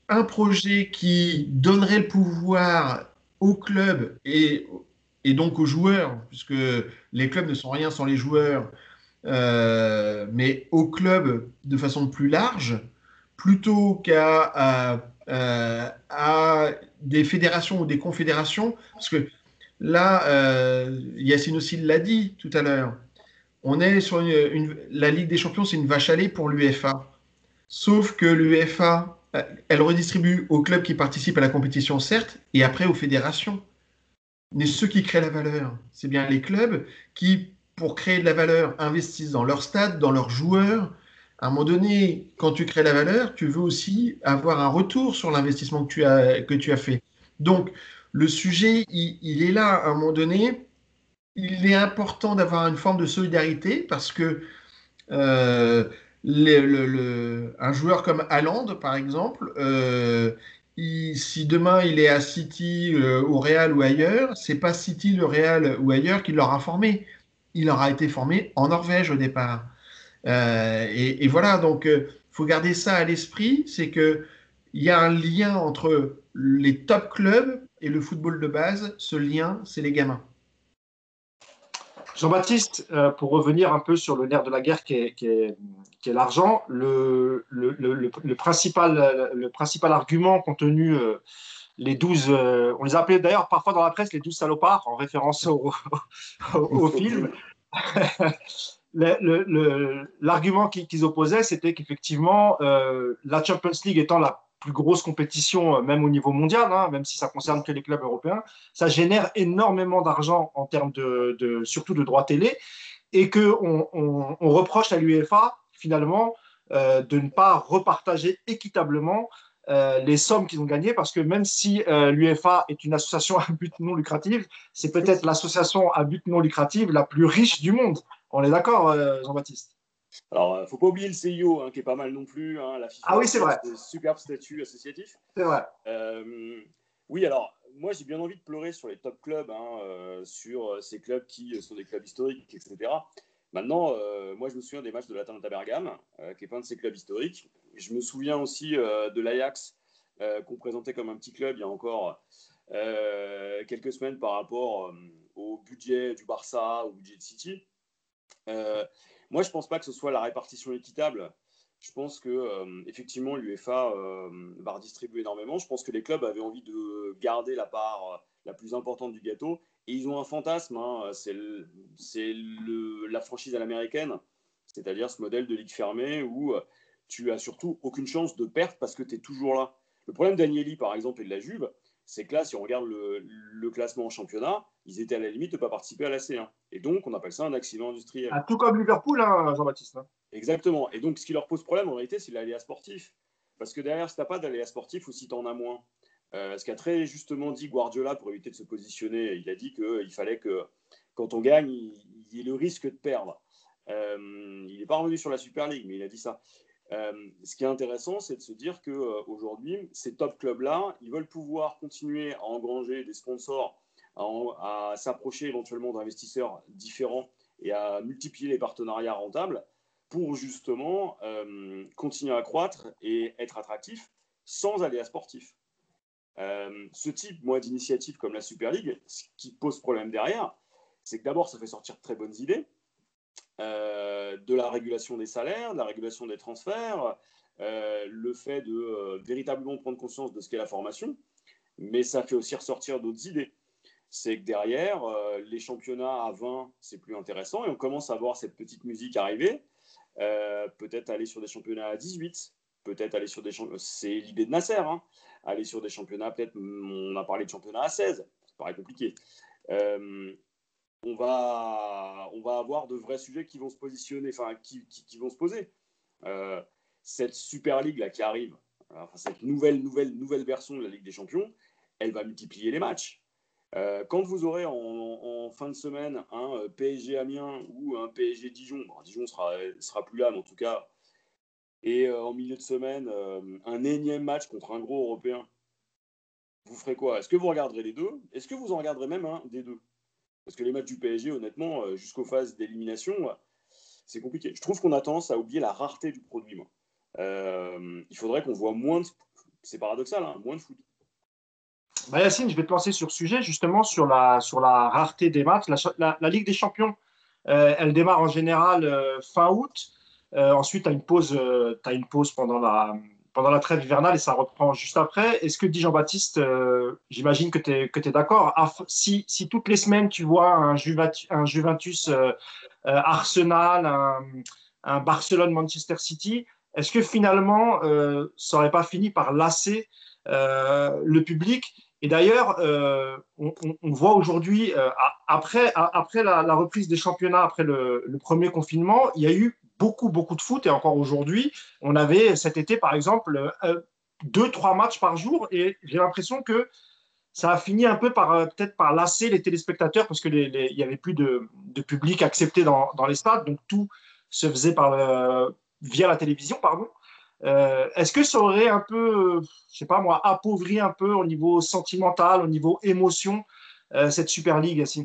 un projet qui donnerait le pouvoir au club et, et donc aux joueurs, puisque les clubs ne sont rien sans les joueurs, euh, mais au club de façon plus large, plutôt qu'à à, à- à des fédérations ou des confédérations, parce que là, euh, Yacine aussi l'a dit tout à l'heure, on est sur une, une- la Ligue des Champions, c'est une vache à lait pour l'UEFA. Sauf que l'UEFA, euh, elle redistribue aux clubs qui participent à la compétition, certes, et après aux fédérations. Mais ceux qui créent la valeur, c'est bien les clubs qui, pour créer de la valeur, investissent dans leur stade, dans leurs joueurs. À un moment donné, quand tu crées la valeur, tu veux aussi avoir un retour sur l'investissement que tu as, que tu as fait. Donc, le sujet, il, il est là. À un moment donné, il est important d'avoir une forme de solidarité parce que euh, le- le- le- un joueur comme Haaland, par exemple, euh, il- si demain il est à City, euh, au Real ou ailleurs, c'est pas City, le Real ou ailleurs qui l'aura formé. Il aura été formé en Norvège au départ. Euh, et, et voilà, donc il faut garder ça à l'esprit, c'est que il y a un lien entre les top clubs et le football de base. Ce lien, c'est les gamins. Jean-Baptiste, euh, pour revenir un peu sur le nerf de la guerre qui est, qui est, qui est l'argent, le, le, le, le, principal, le principal argument contenu euh, les douze, euh, on les appelait d'ailleurs parfois dans la presse les douze salopards, en référence au, au, au film. L'argument qu'ils opposaient, c'était qu'effectivement, euh, la Champions League étant la plus grosse compétition, euh, même au niveau mondial, hein, même si ça concerne que les clubs européens, ça génère énormément d'argent en termes de, de, surtout de droits télé, et qu'on on, on reproche à l'UEFA, finalement, euh, de ne pas repartager équitablement euh, les sommes qu'ils ont gagnées, parce que même si euh, l'UEFA est une association à but non lucratif, c'est peut-être l'association à but non lucratif la plus riche du monde. On est d'accord, euh, Jean-Baptiste? Alors, il ne faut pas oublier le C I O, hein, qui est pas mal non plus. Hein, la FIFA Ah oui, c'est vrai. c'est un superbe statut associatif. C'est vrai. Euh, oui, alors, moi, j'ai bien envie de pleurer sur les top clubs, hein, euh, sur ces clubs qui sont des clubs historiques, et cetera. Maintenant, euh, moi, je me souviens des matchs de l'Atalanta Bergame, euh, qui est pas un de ces clubs historiques. Je me souviens aussi euh, de l'Ajax, euh, qu'on présentait comme un petit club il y a encore euh, quelques semaines par rapport euh, au budget du Barça ou au budget de City. Euh, moi, je pense pas que ce soit la répartition équitable. Je pense que euh, effectivement, l'UEFA euh, va redistribuer énormément. Je pense que les clubs avaient envie de garder la part la plus importante du gâteau. Et ils ont un fantasme, hein, c'est le, c'est le, la franchise à l'américaine, c'est-à-dire ce modèle de ligue fermée où tu as surtout aucune chance de perdre parce que tu es toujours là. Le problème d'Agnelli, par exemple, et de la Juve, c'est que là, si on regarde le, le classement en championnat, ils étaient à la limite de ne pas participer à la C un. Et donc, on appelle ça un accident industriel. Ah, tout comme Liverpool, hein, Jean-Baptiste. Hein. Exactement. Et donc, ce qui leur pose problème, en réalité, c'est l'aléa sportif. Parce que derrière, si tu n'as pas d'aléa sportif ou si tu en as moins, euh, ce qu'a très justement dit Guardiola pour éviter de se positionner, il a dit qu'il fallait que quand on gagne, il, il y ait le risque de perdre. Euh, il n'est pas revenu sur la Super League, mais il a dit ça. Euh, ce qui est intéressant, c'est de se dire qu'aujourd'hui, euh, ces top clubs-là, ils veulent pouvoir continuer à engranger des sponsors, à, à s'approcher éventuellement d'investisseurs différents et à multiplier les partenariats rentables pour justement euh, continuer à croître et être attractif sans aléas sportifs. Euh, ce type, moi, d'initiative comme la Super League, ce qui pose problème derrière, c'est que d'abord, ça fait sortir de très bonnes idées, euh, de la régulation des salaires, de la régulation des transferts, euh, le fait de euh, véritablement prendre conscience de ce qu'est la formation, mais ça fait aussi ressortir d'autres idées. C'est que derrière, euh, les championnats à vingt, c'est plus intéressant, et on commence à voir cette petite musique arriver, euh, peut-être aller sur des championnats à dix-huit, peut-être aller sur des championnats, c'est l'idée de Nasser, hein, aller sur des championnats, peut-être, on a parlé de championnats à seize, ça paraît compliqué. Euh, on va, on va avoir de vrais sujets qui vont se positionner, enfin, qui, qui, qui vont se poser. Euh, cette Super League là qui arrive, enfin, cette nouvelle, nouvelle, nouvelle version de la Ligue des Champions, elle va multiplier les matchs. Euh, quand vous aurez en, en fin de semaine un P S G Amiens ou un P S G Dijon, bon, Dijon sera, sera plus là, mais en tout cas, et euh, en milieu de semaine, euh, un énième match contre un gros européen, vous ferez quoi? Est-ce que vous regarderez les deux? Est-ce que vous en regarderez même un des deux? Parce que les matchs du P S G, honnêtement, euh, jusqu'aux phases d'élimination, euh, c'est compliqué. Je trouve qu'on a tendance à oublier la rareté du produit, moi. Euh, il faudrait qu'on voit moins de, c'est paradoxal, hein, moins de foot. Bah, Yacine, je vais te lancer sur ce sujet, justement, sur la, sur la rareté des matchs. La, la, la Ligue des Champions, euh, elle démarre en général euh, fin août. Euh, ensuite, tu as une pause, euh, t'as une pause pendant, la, pendant la trêve hivernale et ça reprend juste après. Est-ce que, dit Jean-Baptiste, euh, j'imagine que tu es, que tu es d'accord, si, si toutes les semaines tu vois un Juventus, un Juventus euh, euh, Arsenal, un, un Barcelone-Manchester City, est-ce que finalement, euh, ça n'aurait pas fini par lasser euh, le public? Et d'ailleurs, euh, on, on, voit aujourd'hui, euh, après, après la, la, reprise des championnats, après le, le, premier confinement, il y a eu beaucoup, beaucoup de foot. Et encore aujourd'hui, on avait cet été, par exemple, euh, deux, trois matchs par jour. Et j'ai l'impression que ça a fini un peu par peut-être par lasser les téléspectateurs parce que les, les, il n'y avait plus de, de public accepté dans, dans les stades. Donc tout se faisait par le, via la télévision, pardon. Euh, est-ce que ça aurait un peu, je sais pas moi, appauvri un peu au niveau sentimental, au niveau émotion, euh, cette Super League, Yacine?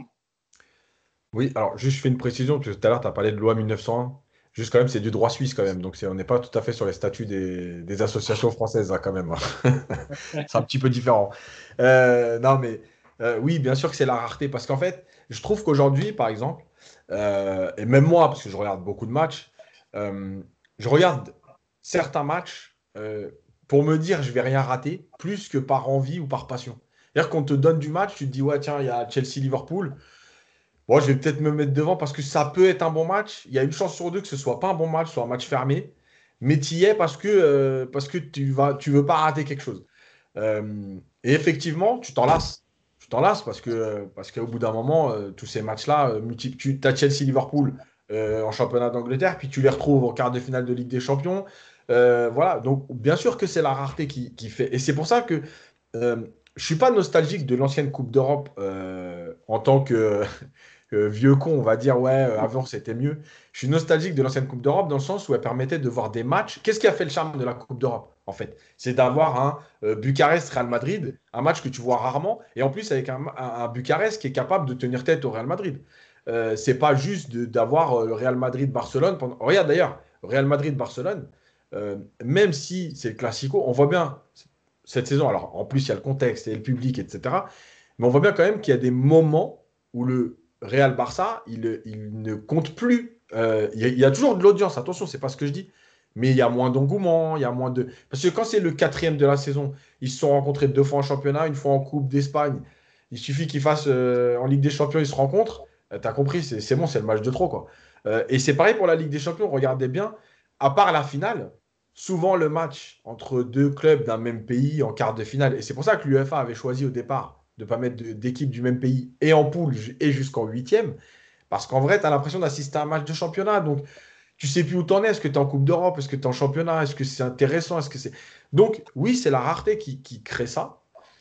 Oui, alors juste je fais une précision, parce que tout à l'heure tu as parlé de loi mille neuf cent un. Juste quand même, c'est du droit suisse quand même, donc on n'est pas tout à fait sur les statuts des, des associations françaises là, quand même. C'est un petit peu différent. Euh, non mais euh, oui, bien sûr que c'est la rareté, parce qu'en fait, je trouve qu'aujourd'hui, par exemple, euh, et même moi, parce que je regarde beaucoup de matchs, euh, je regarde certains matchs euh, pour me dire je vais rien rater, plus que par envie ou par passion. C'est-à-dire qu'on te donne du match, tu te dis ouais tiens, il y a Chelsea-Liverpool. Bon, je vais peut-être me mettre devant parce que ça peut être un bon match. Il y a une chance sur deux que ce soit pas un bon match, soit un match fermé. Mais tu y es parce que, euh, parce que tu vas, tu veux pas rater quelque chose. Euh, et effectivement, tu t'en lasses. Tu t'en lasses parce que, parce qu'au bout d'un moment, euh, tous ces matchs-là, euh, multi- tu as Chelsea-Liverpool euh, en championnat d'Angleterre, puis tu les retrouves en quart de finale de Ligue des Champions. Euh, voilà. Donc, bien sûr que c'est la rareté qui, qui fait. Et c'est pour ça que euh, je suis pas nostalgique de l'ancienne Coupe d'Europe euh, en tant que euh, vieux con, on va dire, ouais, euh, avant c'était mieux. Je suis nostalgique de l'ancienne Coupe d'Europe dans le sens où elle permettait de voir des matchs. Qu'est-ce qui a fait le charme de la Coupe d'Europe, en fait? C'est d'avoir un euh, Bucarest-Real Madrid, un match que tu vois rarement, et en plus avec un, un- un Bucarest qui est capable de tenir tête au Real Madrid. Euh, c'est pas juste de- d'avoir euh, le Real Madrid-Barcelone. Pendant... Regarde d'ailleurs, Real Madrid-Barcelone, euh, même si c'est le Classico, on voit bien cette saison. Alors en plus, il y a le contexte et le public, et cetera. Mais on voit bien quand même qu'il y a des moments où le Real Barça, il, il ne compte plus. Euh, il, y a, il y a toujours de l'audience, attention, c'est pas ce que je dis. Mais il y a moins d'engouement, il y a moins de. Parce que quand c'est le quatrième de la saison, ils se sont rencontrés deux fois en championnat, une fois en Coupe d'Espagne. Il suffit qu'ils fassent euh, en Ligue des Champions, ils se rencontrent. Euh, T'as compris, c'est c'est bon, c'est le match de trop, quoi. Euh, et c'est pareil pour la Ligue des Champions, regardez bien, à part la finale, souvent le match entre deux clubs d'un même pays en quart de finale. Et c'est pour ça que l'UEFA avait choisi au départ de ne pas mettre d'équipe du même pays et en poule et jusqu'en huitième. Parce qu'en vrai, tu as l'impression d'assister à un match de championnat. Donc, tu sais plus où tu en es. Est-ce que tu es en Coupe d'Europe? Est-ce que tu es en championnat? Est-ce que c'est intéressant? Est-ce que c'est... Donc, oui, c'est la rareté qui, qui crée ça.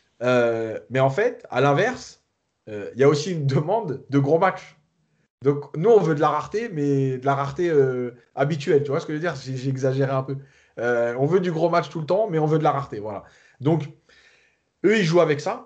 Euh, mais en fait, à l'inverse, euh, il y a aussi une demande de gros matchs. Donc, nous, on veut de la rareté, mais de la rareté euh, habituelle. Tu vois ce que je veux dire? J'ai j'ai exagéré un peu. Euh, on veut du gros match tout le temps, mais on veut de la rareté. Voilà. Donc, eux, ils jouent avec ça.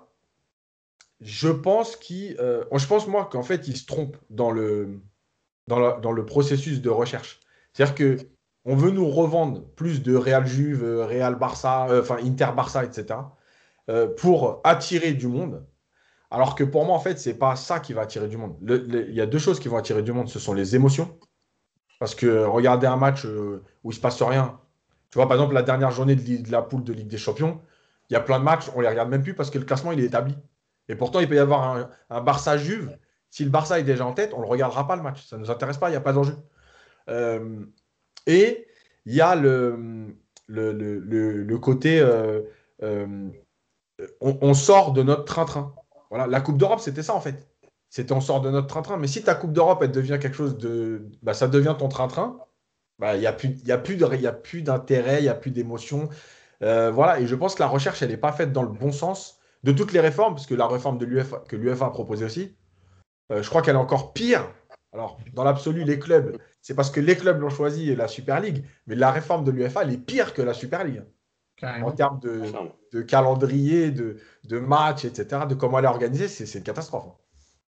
Je pense qu'ils, euh, je pense moi qu'en fait, ils se trompent dans le, dans la- dans le processus de recherche. C'est-à-dire que on veut nous revendre plus de Real Juve, euh, Real Barça, euh, enfin Inter Barça, et cetera euh, pour attirer du monde. Alors que pour moi, en fait, c'est pas ça qui va attirer du monde. Le- le- Il y a deux choses qui vont attirer du monde. Ce sont les émotions. Parce que regarder un match euh, où il se passe rien. Tu vois, par exemple, la dernière journée de, li- de la poule de Ligue des Champions, il y a plein de matchs, on les regarde même plus parce que le classement, il est établi. Et pourtant, il peut y avoir un, un Barça-Juve. Si le Barça est déjà en tête, on ne le regardera pas le match. Ça ne nous intéresse pas, il n'y a pas d'enjeu. Euh, et il y a le, le, le, le- le côté, euh, euh, on, on sort de notre train-train. Voilà, la Coupe d'Europe, c'était ça en fait. C'était on sort de notre train-train. Mais si ta Coupe d'Europe, elle devient quelque chose de. Bah, ça devient ton train-train, bah, il n'y a plus, il y a plus de, il y a plus d'intérêt, il n'y a plus d'émotion. Euh, voilà, et je pense que la recherche, elle n'est pas faite dans le bon sens de toutes les réformes, parce que la réforme de l'UEFA, que l'UEFA a proposée aussi, euh, je crois qu'elle est encore pire. Alors, dans l'absolu, les clubs, c'est parce que les clubs l'ont choisi, la Super League, mais la réforme de l'UEFA, elle est pire que la Super League, en Carrément. termes de, de calendrier, de, de matchs, et cetera, de comment elle est organisée, c'est c'est une catastrophe.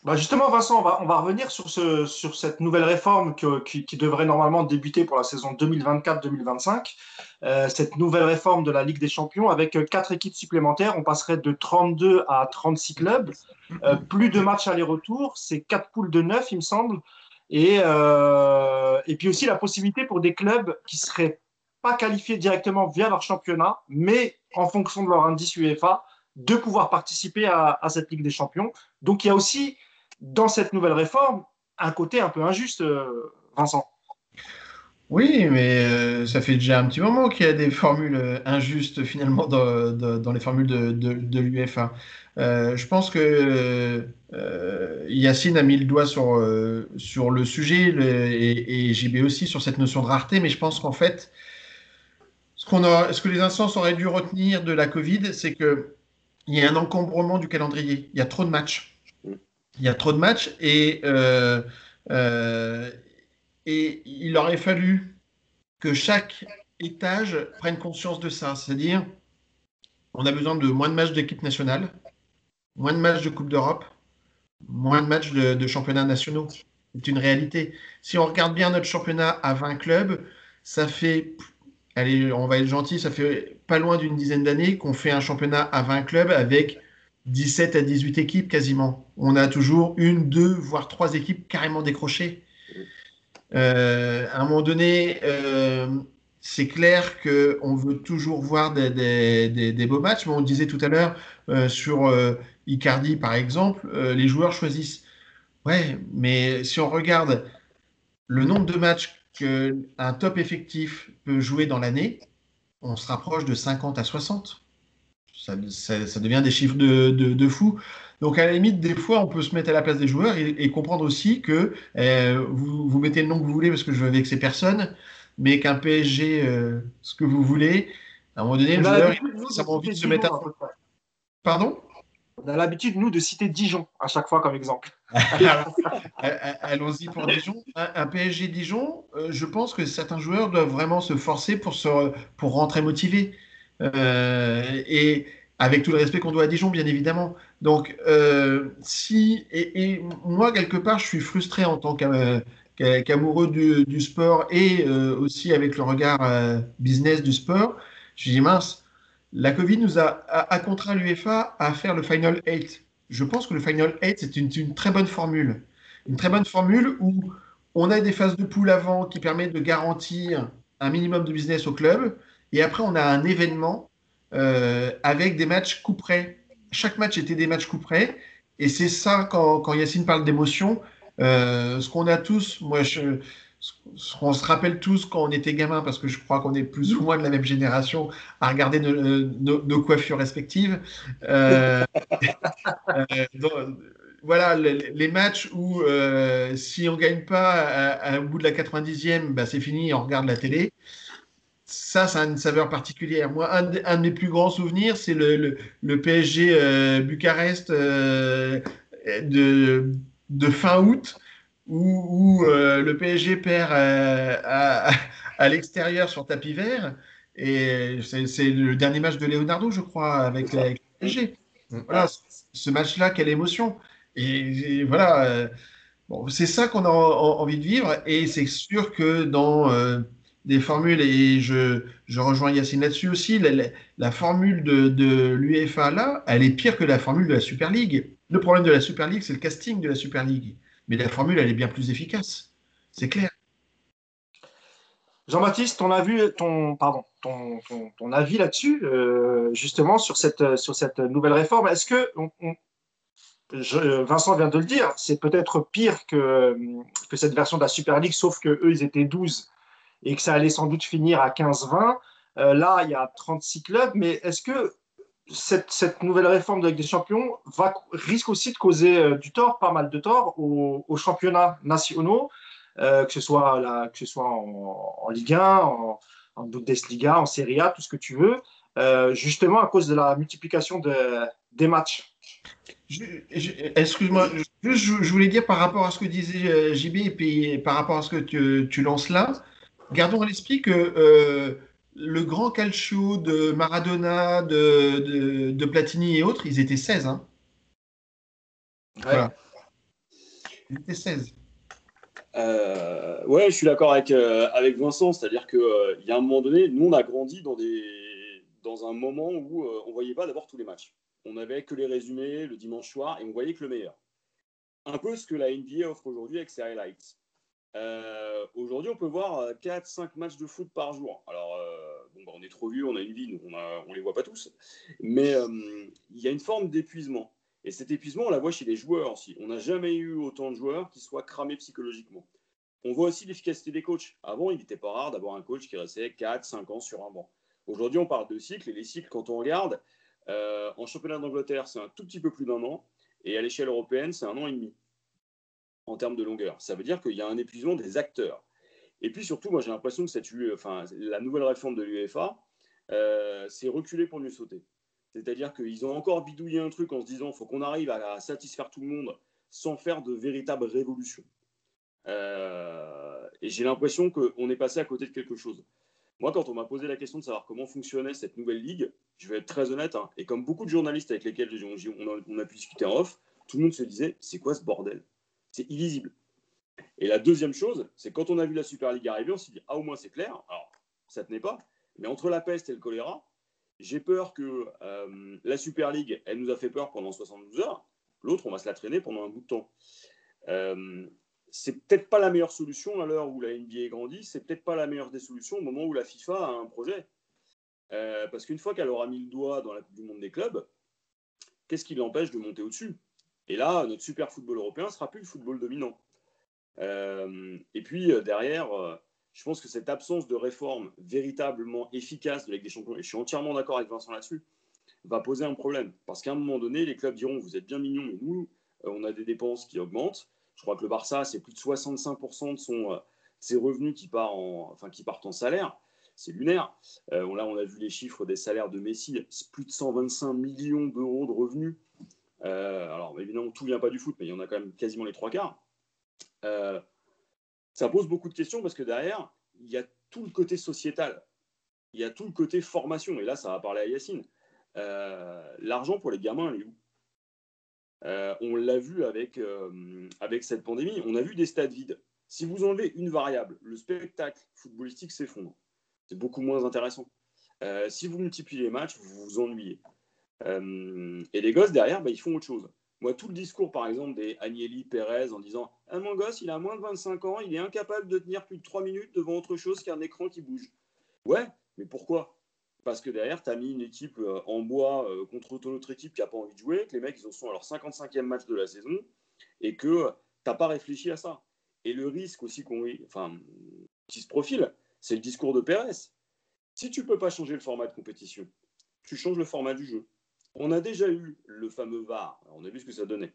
Bah justement, Vincent, on va, on va revenir sur, ce, sur cette nouvelle réforme que- qui, qui devrait normalement débuter pour la saison deux mille vingt-quatre deux mille vingt-cinq. Euh, cette nouvelle réforme de la Ligue des Champions avec euh, quatre équipes supplémentaires. On passerait de trente-deux à trente-six clubs. Euh, plus de matchs aller-retour. C'est quatre poules de neuf, il me semble. Et, euh, et puis aussi la possibilité pour des clubs qui seraient pas qualifiés directement via leur championnat, mais en fonction de leur indice UEFA, de pouvoir participer à, à cette Ligue des Champions. Donc il y a aussi dans cette nouvelle réforme un côté un peu injuste, euh, Vincent. Oui, mais euh, ça fait déjà un petit moment qu'il y a des formules euh, injustes finalement dans, dans- dans les formules de, de, de l'UEFA. Euh, je pense que euh, Yacine a mis le doigt sur, euh, sur le sujet le- et, et J B aussi sur cette notion de rareté, mais je pense qu'en fait, ce qu'on a, ce que les instances auraient dû retenir de la Covid, c'est que il y a un encombrement du calendrier. Il y a trop de matchs. Mm. Il y a trop de matchs et, euh, euh, et il aurait fallu que chaque étage prenne conscience de ça. C'est-à-dire, on a besoin de moins de matchs d'équipe nationale, moins de matchs de Coupe d'Europe, moins de matchs de, de championnats nationaux. C'est une réalité. Si on regarde bien notre championnat à vingt clubs, ça fait, allez, on va être gentil, ça fait pas loin d'une dizaine d'années qu'on fait un championnat à vingt clubs avec dix-sept à dix-huit équipes quasiment. On a toujours une, deux, voire trois équipes carrément décrochées. Euh, à un moment donné, euh, c'est clair qu'on veut toujours voir des, des- des- des beaux matchs, mais on disait tout à l'heure euh, sur euh, Icardi, par exemple, euh, les joueurs choisissent. Ouais, mais si on regarde le nombre de matchs qu'un top effectif peut jouer dans l'année, on se rapproche de cinquante à soixante. Ça, ça- ça devient des chiffres de, de, de fou. Donc, à la limite, des fois, on peut se mettre à la place des joueurs et, et comprendre aussi que euh, vous, vous mettez le nom que vous voulez parce que je veux vexer personne, mais qu'un P S G, euh, ce que vous voulez, à un moment donné, le On a joueur, il l'habitude, nous, a de forcément envie citer de se mettre Dijon à... à peu près. Pardon? On a l'habitude, nous, de citer Dijon à chaque fois comme exemple. Alors, a- a- allons-y pour Dijon. Un, un P S G Dijon, euh, je pense que certains joueurs doivent vraiment se forcer pour, se, pour rentrer motivés. Euh, et avec tout le respect qu'on doit à Dijon, bien évidemment. Donc, euh, si, et, et moi, quelque part, je suis frustré en tant qu'a- qu'a- qu'amoureux du, du sport et euh, aussi avec le regard euh, business du sport. Je dis, mince, la Covid nous a, a, a contraint l'UEFA à faire le Final eight. Je pense que le Final eight, c'est une, une très bonne formule. Une très bonne formule où on a des phases de poule avant qui permettent de garantir un minimum de business au club. Et après, on a un événement euh, avec des matchs coup près. Chaque match était des matchs coup près. Et c'est ça, quand, quand Yacine parle d'émotion, euh, ce qu'on a tous, moi, je, ce qu'on se rappelle tous quand on était gamin, parce que je crois qu'on est plus ou moins de la même génération, à regarder nos, nos- nos coiffures respectives. Euh, euh, dans- voilà, les, les matchs où euh, si on gagne pas à, à- au bout de la quatre-vingt-dixième, bah, c'est fini, on regarde la télé. Ça, ça a une saveur particulière. Moi, un, de, un de mes plus grands souvenirs, c'est le, le, le P S G euh, Bucarest euh, de, de fin août, où, où euh, le P S G perd euh, à, à l'extérieur sur tapis vert. Et c'est c'est le dernier match de Leonardo, je crois, avec, avec le P S G. Voilà, ce ce match-là, quelle émotion. Et, et voilà, euh, bon, c'est ça qu'on a en- en- envie de vivre. Et c'est sûr que dans euh, des formules, et je, je rejoins Yacine là-dessus aussi, la, la- la formule de, de l'UEFA là, elle est pire que la formule de la Super League. Le problème de la Super League, c'est le casting de la Super League. Mais la formule, elle est bien plus efficace. C'est clair. Jean-Baptiste, ton avis, ton, pardon, ton, ton, ton avis là-dessus, euh, justement, sur cette, sur cette nouvelle réforme, est-ce que, on, on, je, Vincent vient de le dire, c'est peut-être pire que, que cette version de la Super League, sauf que eux, ils étaient douze et que ça allait sans doute finir à quinze vingt. Euh, là, il y a trente-six clubs, mais est-ce que cette, cette nouvelle réforme de la Ligue des Champions va, risque aussi de causer euh, du tort, pas mal de tort, aux, aux championnats nationaux, euh, que ce soit, la, que ce soit en, en Ligue un, en, en Bundesliga, en Serie A, tout ce que tu veux, euh, justement à cause de la multiplication de, des matchs. Je- je- Excuse-moi, je, je- je voulais dire par rapport à ce que disait euh, J B et puis par rapport à ce que tu, tu lances là, gardons à l'esprit que euh, le grand calcio de Maradona, de, de, de Platini et autres, ils étaient seize, hein. Ouais. Voilà. Il était seize. Euh, ouais, je suis d'accord avec, euh, avec Vincent, c'est-à-dire qu'il euh, y a un moment donné, nous on a grandi dans, des, dans un moment où euh, on ne voyait pas d'abord tous les matchs. On n'avait que les résumés le dimanche soir et on voyait que le meilleur. Un peu ce que la N B A offre aujourd'hui avec ses highlights. Euh, aujourd'hui, on peut voir quatre cinq matchs de foot par jour. Alors, euh, bon, bah, on est trop vieux, on a une vie, nous, on ne les voit pas tous. Mais euh, il y a une forme d'épuisement. Et cet épuisement, on la voit chez les joueurs aussi. On n'a jamais eu autant de joueurs qui soient cramés psychologiquement. On voit aussi l'efficacité des coachs. Avant, il n'était pas rare d'avoir un coach qui restait quatre cinq ans sur un banc. Aujourd'hui, on parle de cycles. Et les cycles, quand on regarde, euh, en championnat d'Angleterre, c'est un tout petit peu plus d'un an. Et à l'échelle européenne, c'est un an et demi en termes de longueur. Ça veut dire qu'il y a un épuisement des acteurs. Et puis surtout, moi j'ai l'impression que cette, enfin, la nouvelle réforme de l'UEFA, euh, c'est reculer pour mieux sauter. C'est-à-dire qu'ils ont encore bidouillé un truc en se disant qu'il faut qu'on arrive à satisfaire tout le monde sans faire de véritable révolution. Euh, et j'ai l'impression qu'on est passé à côté de quelque chose. Moi, quand on m'a posé la question de savoir comment fonctionnait cette nouvelle ligue, je vais être très honnête, hein, et comme beaucoup de journalistes avec lesquels on a, on a pu discuter en off, tout le monde se disait, c'est quoi ce bordel ? C'est illisible. Et la deuxième chose, c'est quand on a vu la Super League arriver, on s'est dit, ah, au moins c'est clair. Alors, ça tenait pas. Mais entre la peste et le choléra, j'ai peur que euh, la Super League, elle nous a fait peur pendant soixante-douze heures. L'autre, on va se la traîner pendant un bout de temps. Euh, c'est peut-être pas la meilleure solution à l'heure où la N B A grandit. C'est peut-être pas la meilleure des solutions au moment où la FIFA a un projet. Euh, parce qu'une fois qu'elle aura mis le doigt dans la Coupe du Monde des clubs, qu'est-ce qui l'empêche de monter au-dessus ? Et là, notre super football européen sera plus le football dominant. Euh, et puis euh, derrière, euh, je pense que cette absence de réforme véritablement efficace de la Ligue des Champions, et je suis entièrement d'accord avec Vincent là-dessus, va poser un problème. Parce qu'à un moment donné, les clubs diront, vous êtes bien mignons, mais nous, euh, on a des dépenses qui augmentent. Je crois que le Barça, c'est plus de soixante-cinq pour cent de son, euh, ses revenus qui, part en, enfin, qui partent en salaire. C'est lunaire. Euh, là, on a vu les chiffres des salaires de Messi, c'est plus de cent vingt-cinq millions d'euros de revenus. Euh, alors, évidemment, tout ne vient pas du foot, mais il y en a quand même quasiment les trois quarts. Euh, ça pose beaucoup de questions parce que derrière, il y a tout le côté sociétal. Il y a tout le côté formation. Et là, ça va parler à Yacine. Euh, l'argent pour les gamins, elle est où ? euh, On l'a vu avec, euh, avec cette pandémie. On a vu des stades vides. Si vous enlevez une variable, le spectacle footballistique s'effondre. C'est beaucoup moins intéressant. Euh, si vous multipliez les matchs, vous vous ennuyez. Euh, et les gosses, derrière, bah, ils font autre chose. Moi, tout le discours, par exemple, des Agnelli, Pérez, en disant ah, « Mon gosse, il a moins de vingt-cinq ans, il est incapable de tenir plus de trois minutes devant autre chose qu'un écran qui bouge. » Ouais, mais pourquoi ? Parce que derrière, tu as mis une équipe euh, en bois euh, contre ton autre équipe qui n'a pas envie de jouer, que les mecs, ils en sont à leur cinquante-cinquième match de la saison, et que euh, tu n'as pas réfléchi à ça. Et le risque aussi qu'on, enfin, qui se profile, c'est le discours de Pérez. Si tu ne peux pas changer le format de compétition, tu changes le format du jeu. On a déjà eu le fameux V A R, on a vu ce que ça donnait.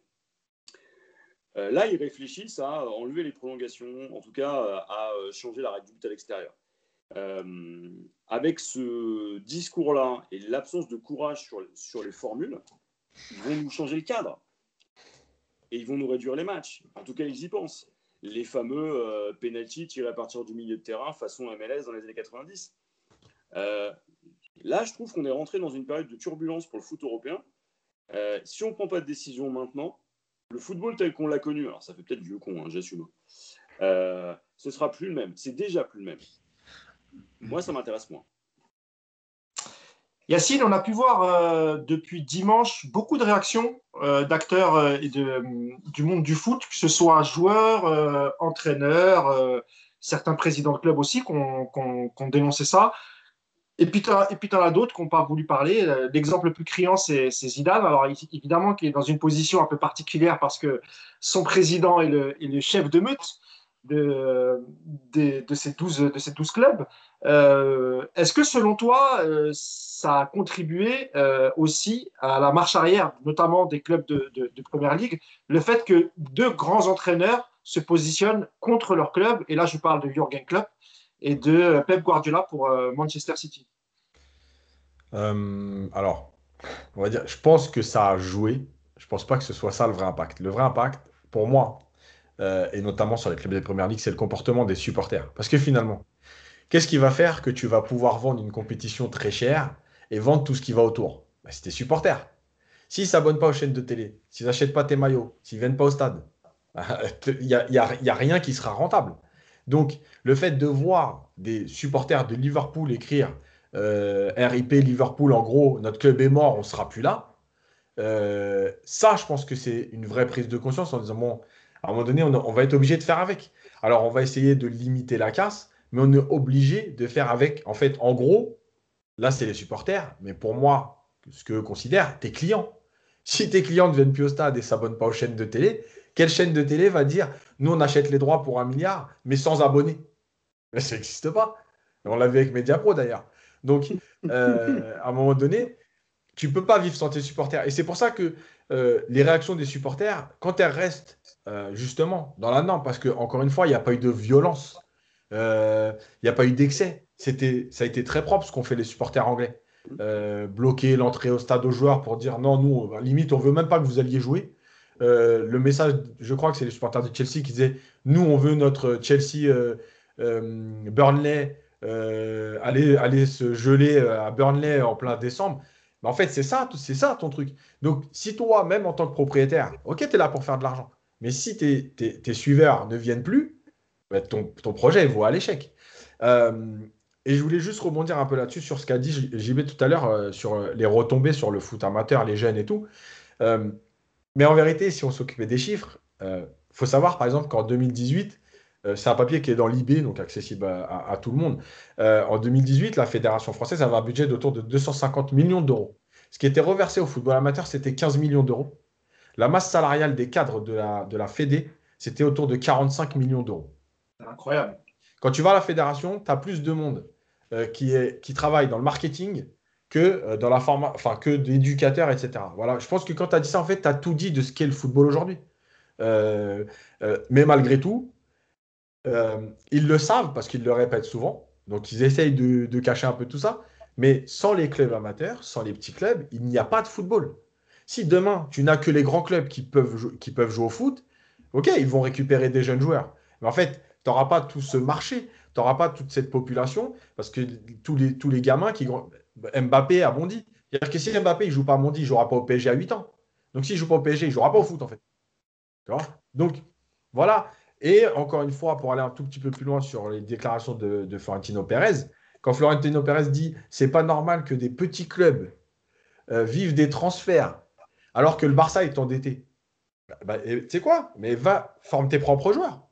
Euh, là, ils réfléchissent à enlever les prolongations, en tout cas à changer la règle du but à l'extérieur. Euh, avec ce discours-là et l'absence de courage sur, sur les formules, ils vont nous changer le cadre. Et ils vont nous réduire les matchs. En tout cas, ils y pensent. Les fameux euh, pénaltys tirés à partir du milieu de terrain façon M L S dans les années quatre-vingt-dix. Euh, Là, je trouve qu'on est rentré dans une période de turbulence pour le foot européen. Euh, si on ne prend pas de décision maintenant, le football tel qu'on l'a connu, alors ça fait peut-être vieux con, hein, j'assume, euh, ce ne sera plus le même. C'est déjà plus le même. Moi, ça m'intéresse moins. Yacine, on a pu voir euh, depuis dimanche beaucoup de réactions euh, d'acteurs euh, et de, euh, du monde du foot, que ce soit joueurs, euh, entraîneurs, euh, certains présidents de clubs aussi qui ont, qui ont, qui ont dénoncé ça. Et puis, tu en as d'autres qui n'ont pas voulu parler. L'exemple le plus criant, c'est Zidane. Alors, évidemment, qui est dans une position un peu particulière parce que son président est le, est le chef de meute de, de, de, ces, douze, de ces douze clubs. Euh, Est-ce que, selon toi, euh, ça a contribué euh, aussi à la marche arrière, notamment des clubs de, de, de Première Ligue, le fait que deux grands entraîneurs se positionnent contre leur club, et là, je parle de Jürgen Klopp et de Pep Guardiola pour euh, Manchester City? Euh, alors, on va dire, je pense que ça a joué. Je pense pas que ce soit ça le vrai impact. Le vrai impact, pour moi, euh, et notamment sur les clubs des Premières Ligues, c'est le comportement des supporters. Parce que finalement, qu'est-ce qui va faire que tu vas pouvoir vendre une compétition très chère et vendre tout ce qui va autour? Bah, c'est tes supporters. S'ils ne s'abonnent pas aux chaînes de télé, s'ils n'achètent pas tes maillots, s'ils ne viennent pas au stade, Il n'y a, il y a- il y a rien qui sera rentable. Donc, le fait de voir des supporters de Liverpool écrire euh, R I P Liverpool, en gros, notre club est mort, on ne sera plus là, euh, ça, je pense que c'est une vraie prise de conscience en disant, bon, à un moment donné, on, on va être obligé de faire avec. Alors, on va essayer de limiter la casse, mais on est obligé de faire avec. En fait, en gros, là, c'est les supporters, mais pour moi, ce que considèrent tes clients. Si tes clients ne viennent plus au stade et ne s'abonnent pas aux chaînes de télé, quelle chaîne de télé va dire, nous, on achète les droits pour un milliard, mais sans abonnés? Mais ça n'existe pas. On l'a vu avec Mediapro d'ailleurs. Donc, euh, à un moment donné, tu ne peux pas vivre sans tes supporters. Et c'est pour ça que euh, les réactions des supporters, quand elles restent euh, justement dans la norme, parce qu'encore une fois, il n'y a pas eu de violence, euh, il n'y a pas eu d'excès. C'était, ça a été très propre ce qu'ont fait les supporters anglais. Euh, bloquer l'entrée au stade aux joueurs pour dire non, nous, on- limite, on ne veut même pas que vous alliez jouer. Euh, le message, je crois que c'est les supporters de Chelsea qui disaient nous, on veut notre Chelsea euh, euh, Burnley euh, aller, aller se geler euh, à Burnley en plein décembre. Mais en fait, c'est ça, c'est ça ton truc. Donc, si toi, même en tant que propriétaire, ok, tu es là pour faire de l'argent, mais si tes, tes, tes suiveurs ne viennent plus, bah, ton, ton projet vaut à l'échec. Euh, et je voulais juste rebondir un peu là-dessus sur ce qu'a dit J- J B tout à l'heure euh, sur euh, les retombées sur le foot amateur, les jeunes et tout. Euh, mais en vérité, si on s'occupait des chiffres, il faut savoir par exemple qu'en deux mille dix-huit, euh, c'est un papier qui est dans l'I B, donc accessible à, à- à tout le monde. Euh, en deux mille dix-huit, la Fédération française avait un budget d'autour de deux cent cinquante millions d'euros. Ce qui était reversé au football amateur, c'était quinze millions d'euros. La masse salariale des cadres de la, de la Fédé, c'était autour de quarante-cinq millions d'euros. C'est incroyable. Quand tu vas à la fédération, tu as plus de monde euh, qui, est, qui travaille dans le marketing que euh, dans la forma- enfin, que d'éducateurs, et cetera. Voilà, je pense que quand tu as dit ça, en fait, tu as tout dit de ce qu'est le football aujourd'hui. Euh, euh, mais malgré tout, euh, ils le savent parce qu'ils le répètent souvent. Donc, ils essayent de, de cacher un peu tout ça. Mais sans les clubs amateurs, sans les petits clubs, il n'y a pas de football. Si demain, tu n'as que les grands clubs qui peuvent, jou- qui peuvent jouer au foot, ok, ils vont récupérer des jeunes joueurs. Mais en fait, tu n'auras pas tout ce marché, tu n'auras pas toute cette population, parce que tous les, tous les gamins qui... Mbappé a bondi. C'est-à-dire que si Mbappé ne joue pas à Bondy, il ne jouera pas au P S G à huit ans. Donc s'il ne joue pas au P S G, il ne jouera pas au foot, en fait. Tu vois. Donc, voilà. Et encore une fois, pour aller un tout petit peu plus loin sur les déclarations de, de Florentino Pérez, quand Florentino Pérez dit c'est pas normal que des petits clubs euh, vivent des transferts alors que le Barça est endetté. Bah, bah, tu sais quoi? Mais va, forme tes propres joueurs.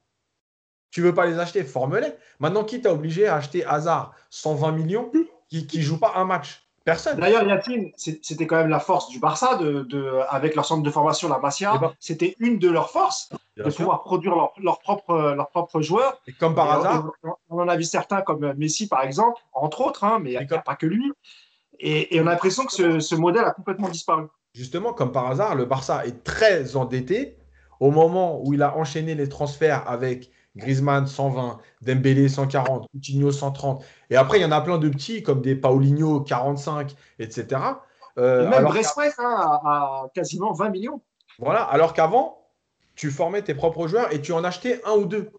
Tu veux pas les acheter, forme-les. Maintenant, qui t'a obligé à acheter Hazard cent vingt millions qui ne joue pas un match? Personne. D'ailleurs, Yacine, c'est- c'était quand même la force du Barça de, de- avec leur centre de formation, la Eh Masia. ben, C'était une de leurs forces bien de sûr. pouvoir produire leurs leur propres leur propre joueurs. Et comme par Et, et hasard, on en a vu certains comme Messi, par exemple, entre autres, hein, mais il et n'y comme, a, pas que lui. Et, et on a l'impression que ce, ce modèle a complètement disparu. justement, comme par hasard, le Barça est très endetté au moment où il a enchaîné les transferts avec Griezmann cent vingt, Dembélé cent quarante, Coutinho cent trente. Et après, il y en a plein de petits comme des Paulinho quarante-cinq, et cetera. Et Euh, même alors qu'à- Brest hein, à, à quasiment vingt millions. voilà, alors qu'avant, tu formais tes propres joueurs et tu en achetais un ou deux.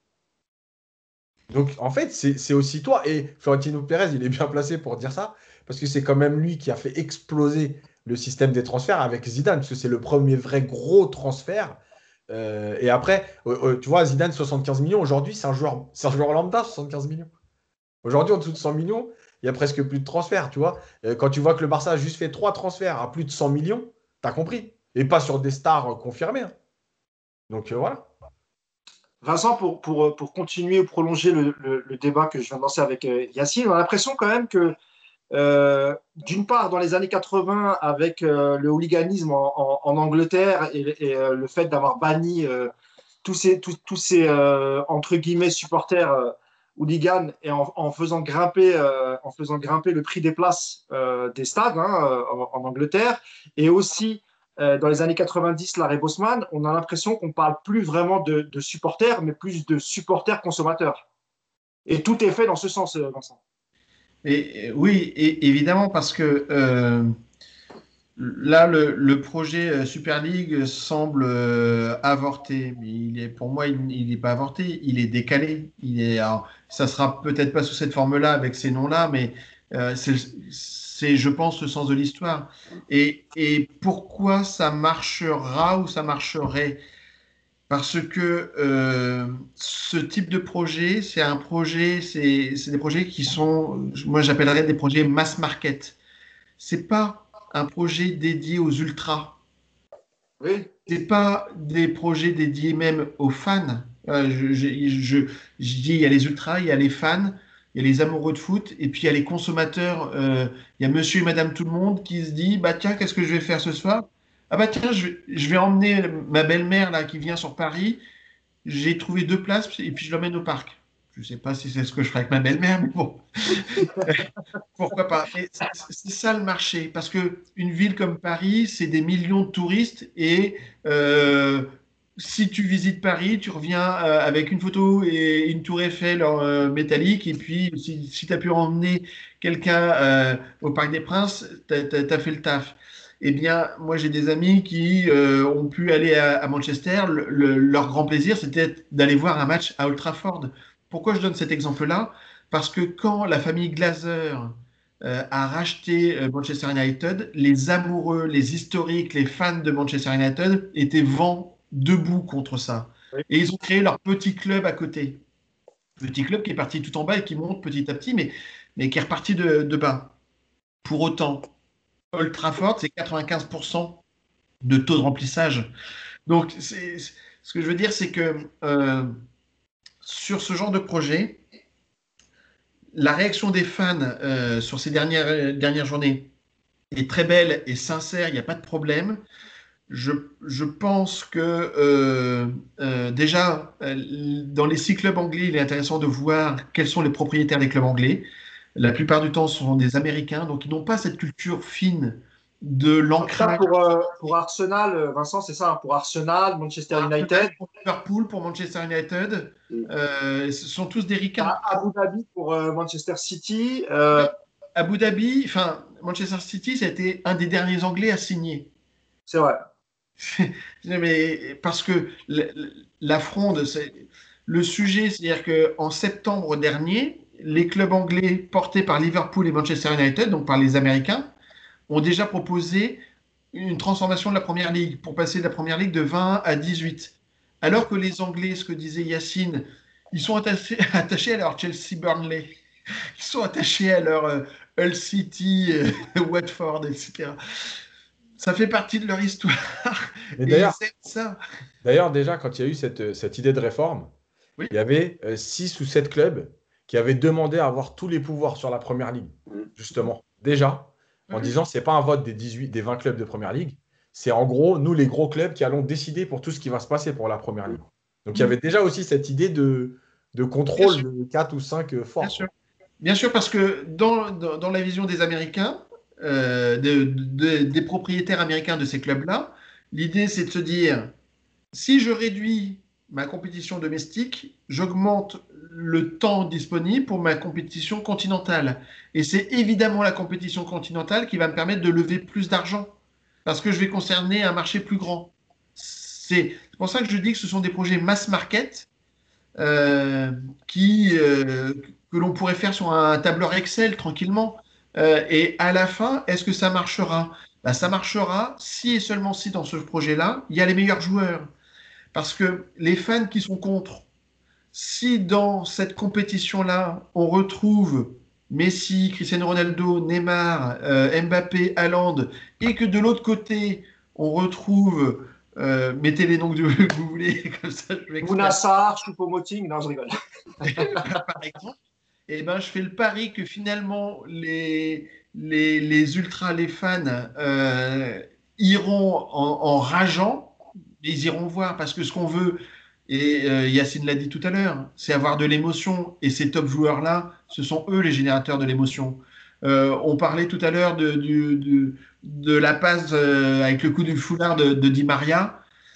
Donc, en fait, c'est c'est aussi toi. Et Florentino Pérez, il est bien placé pour dire ça, parce que c'est quand même lui qui a fait exploser le système des transferts avec Zidane, parce que c'est le premier vrai gros transfert. Euh, et après, euh, euh, tu vois, Zidane, soixante-quinze millions, aujourd'hui, c'est un joueur, c'est un joueur lambda, soixante-quinze millions. Aujourd'hui, en dessous de cent millions, il y a presque plus de transferts, tu vois. Euh, quand tu vois que le Barça a juste fait trois transferts à plus de cent millions, t'as compris. Et pas sur des stars euh, confirmées, hein. Donc, euh, voilà. Vincent, pour, pour, pour continuer ou prolonger le, le, le débat que je viens de lancer avec euh, Yacine, on a l'impression quand même que Euh, d'une part, dans les années quatre-vingts, avec euh, le hooliganisme en, en, en Angleterre et, et euh, le fait d'avoir banni euh, tous ces, tous, tous ces euh, entre guillemets, supporters euh, hooligans et en, en faisant grimper, euh, en faisant grimper le prix des places euh, des stades hein, euh, en, en Angleterre. Et aussi, euh, dans les années quatre-vingt-dix, l'arrêt Bosman, on a l'impression qu'on parle plus vraiment de, de supporters, mais plus de supporters consommateurs. Et tout est fait dans ce sens, euh, Vincent. Et, et oui, et, évidemment, parce que euh, là, le, le projet euh, Super League semble euh, avorté, mais il est, pour moi, il n'est pas avorté, il est décalé. Il est, alors, ça sera peut-être pas sous cette forme-là, avec ces noms-là, mais euh, c'est, c'est, je pense, le sens de l'histoire. Et, et pourquoi ça marchera ou ça marcherait? Parce que euh, ce type de projet, c'est un projet, c'est c'est des projets qui sont, moi j'appellerais des projets mass market. C'est pas un projet dédié aux ultras. Oui, C'est pas des projets dédiés même aux fans. Euh, je, je, je, je dis, il y a les ultras, il y a les fans, il y a les amoureux de foot, et puis il y a les consommateurs. Euh, il y a monsieur et madame tout le monde qui se dit, bah tiens, qu'est-ce que je vais faire ce soir? Ah bah tiens, je, vais- je vais emmener ma belle-mère là qui vient sur Paris. J'ai trouvé deux places et puis je l'emmène au parc. Je sais pas si c'est ce que je ferai avec ma belle-mère, mais bon, pourquoi pas. Mais c'est c'est ça le marché, parce que une ville comme Paris, c'est des millions de touristes et euh, si tu visites Paris, tu reviens euh, avec une photo et une tour Eiffel euh, métallique et puis si, si tu as pu emmener quelqu'un euh, au Parc des Princes, tu as, fait le taf. Eh bien, moi j'ai des amis qui euh, ont pu aller à, à Manchester. Le- le- leur grand plaisir, c'était d'aller voir un match à Old Trafford. Pourquoi je donne cet exemple-là? Parce que quand la famille Glazer euh, a racheté euh, Manchester United, les amoureux, les historiques, les fans de Manchester United étaient vent debout contre ça. oui. Et ils ont créé leur petit club à côté. Petit club qui est parti tout en bas et qui monte petit à petit, mais, mais qui est reparti de, de bas. Pour autant, Old Trafford, c'est quatre-vingt-quinze pour cent de taux de remplissage. Donc, c'est, ce que je veux dire, c'est que euh, sur ce genre de projet, la réaction des fans euh, sur ces dernières, dernières journées est très belle et sincère, il n'y a pas de problème. Je, je pense que euh, euh, déjà, euh, dans les six clubs anglais, il est intéressant de voir quels sont les propriétaires des clubs anglais. La plupart du temps, ce sont des Américains, donc ils n'ont pas cette culture fine de Ça l'ancrage. pour, euh, pour Arsenal, euh, Vincent, c'est ça, hein, pour Arsenal, Manchester United, Pour Liverpool, pour Manchester United, Mm. euh, ce sont tous des ricains. à Abu Dhabi pour euh, Manchester City. Euh, Abu Dhabi, enfin, Manchester City, ça a été un des derniers Anglais à signer. c'est vrai. Mais parce que la, la fronde, c'est le sujet, c'est-à-dire qu'en septembre dernier, les clubs anglais portés par Liverpool et Manchester United, donc par les Américains, ont déjà proposé une transformation de la Première Ligue pour passer de la Première Ligue de vingt à dix-huit. Alors que les Anglais, ce que disait Yacine, ils sont attachés, attachés à leur Chelsea Burnley, ils sont attachés à leur euh, Hull City, euh, Watford, et cetera. Ça fait partie de leur histoire Mais et ils d'ailleurs, aiment ça. d'ailleurs, déjà, quand il y a eu cette, cette idée de réforme, Oui. il y avait euh, six ou sept clubs qui avaient demandé à avoir tous les pouvoirs sur la Première Ligue, Mm. justement. Déjà, en Oui. disant, c'est pas un vote des dix-huit, des vingt clubs de Première Ligue, c'est en gros, nous, les gros clubs, qui allons décider pour tout ce qui va se passer pour la Première Ligue. Donc, il y avait déjà aussi cette idée de, de Bien contrôle sûr, de quatre ou cinq euh, bien forts, sûr. quoi. Bien sûr, parce que dans, dans, dans la vision des Américains, euh, de- de- des propriétaires américains de ces clubs-là, l'idée c'est de se dire, si je réduis ma compétition domestique, j'augmente le temps disponible pour ma compétition continentale. Et c'est évidemment la compétition continentale qui va me permettre de lever plus d'argent, parce que je vais concerner un marché plus grand. C'est pour ça que je dis que ce sont des projets mass market euh, qui, euh, que l'on pourrait faire sur un tableur Excel tranquillement. Euh, et à la fin, est-ce que ça marchera? Ben, ça marchera si et seulement si dans ce projet-là, il y a les meilleurs joueurs. Parce que les fans qui sont contre, si dans cette compétition-là, on retrouve Messi, Cristiano Ronaldo, Neymar, euh, Mbappé, Haaland, et que de l'autre côté, on retrouve, euh, mettez les noms que vous voulez, comme ça je m'exprime, Mounassar, Choupo-Moting, non, je rigole. par exemple, et ben, je fais le pari que finalement, les, les, les ultras, les fans, euh, iront en, en rageant, ils iront voir, parce que ce qu'on veut, et euh, Yacine l'a dit tout à l'heure, c'est avoir de l'émotion, et ces top joueurs-là, ce sont eux les générateurs de l'émotion. Euh, on parlait tout à l'heure de, du- du- de la passe euh, avec le coup du foulard de, de Di Maria.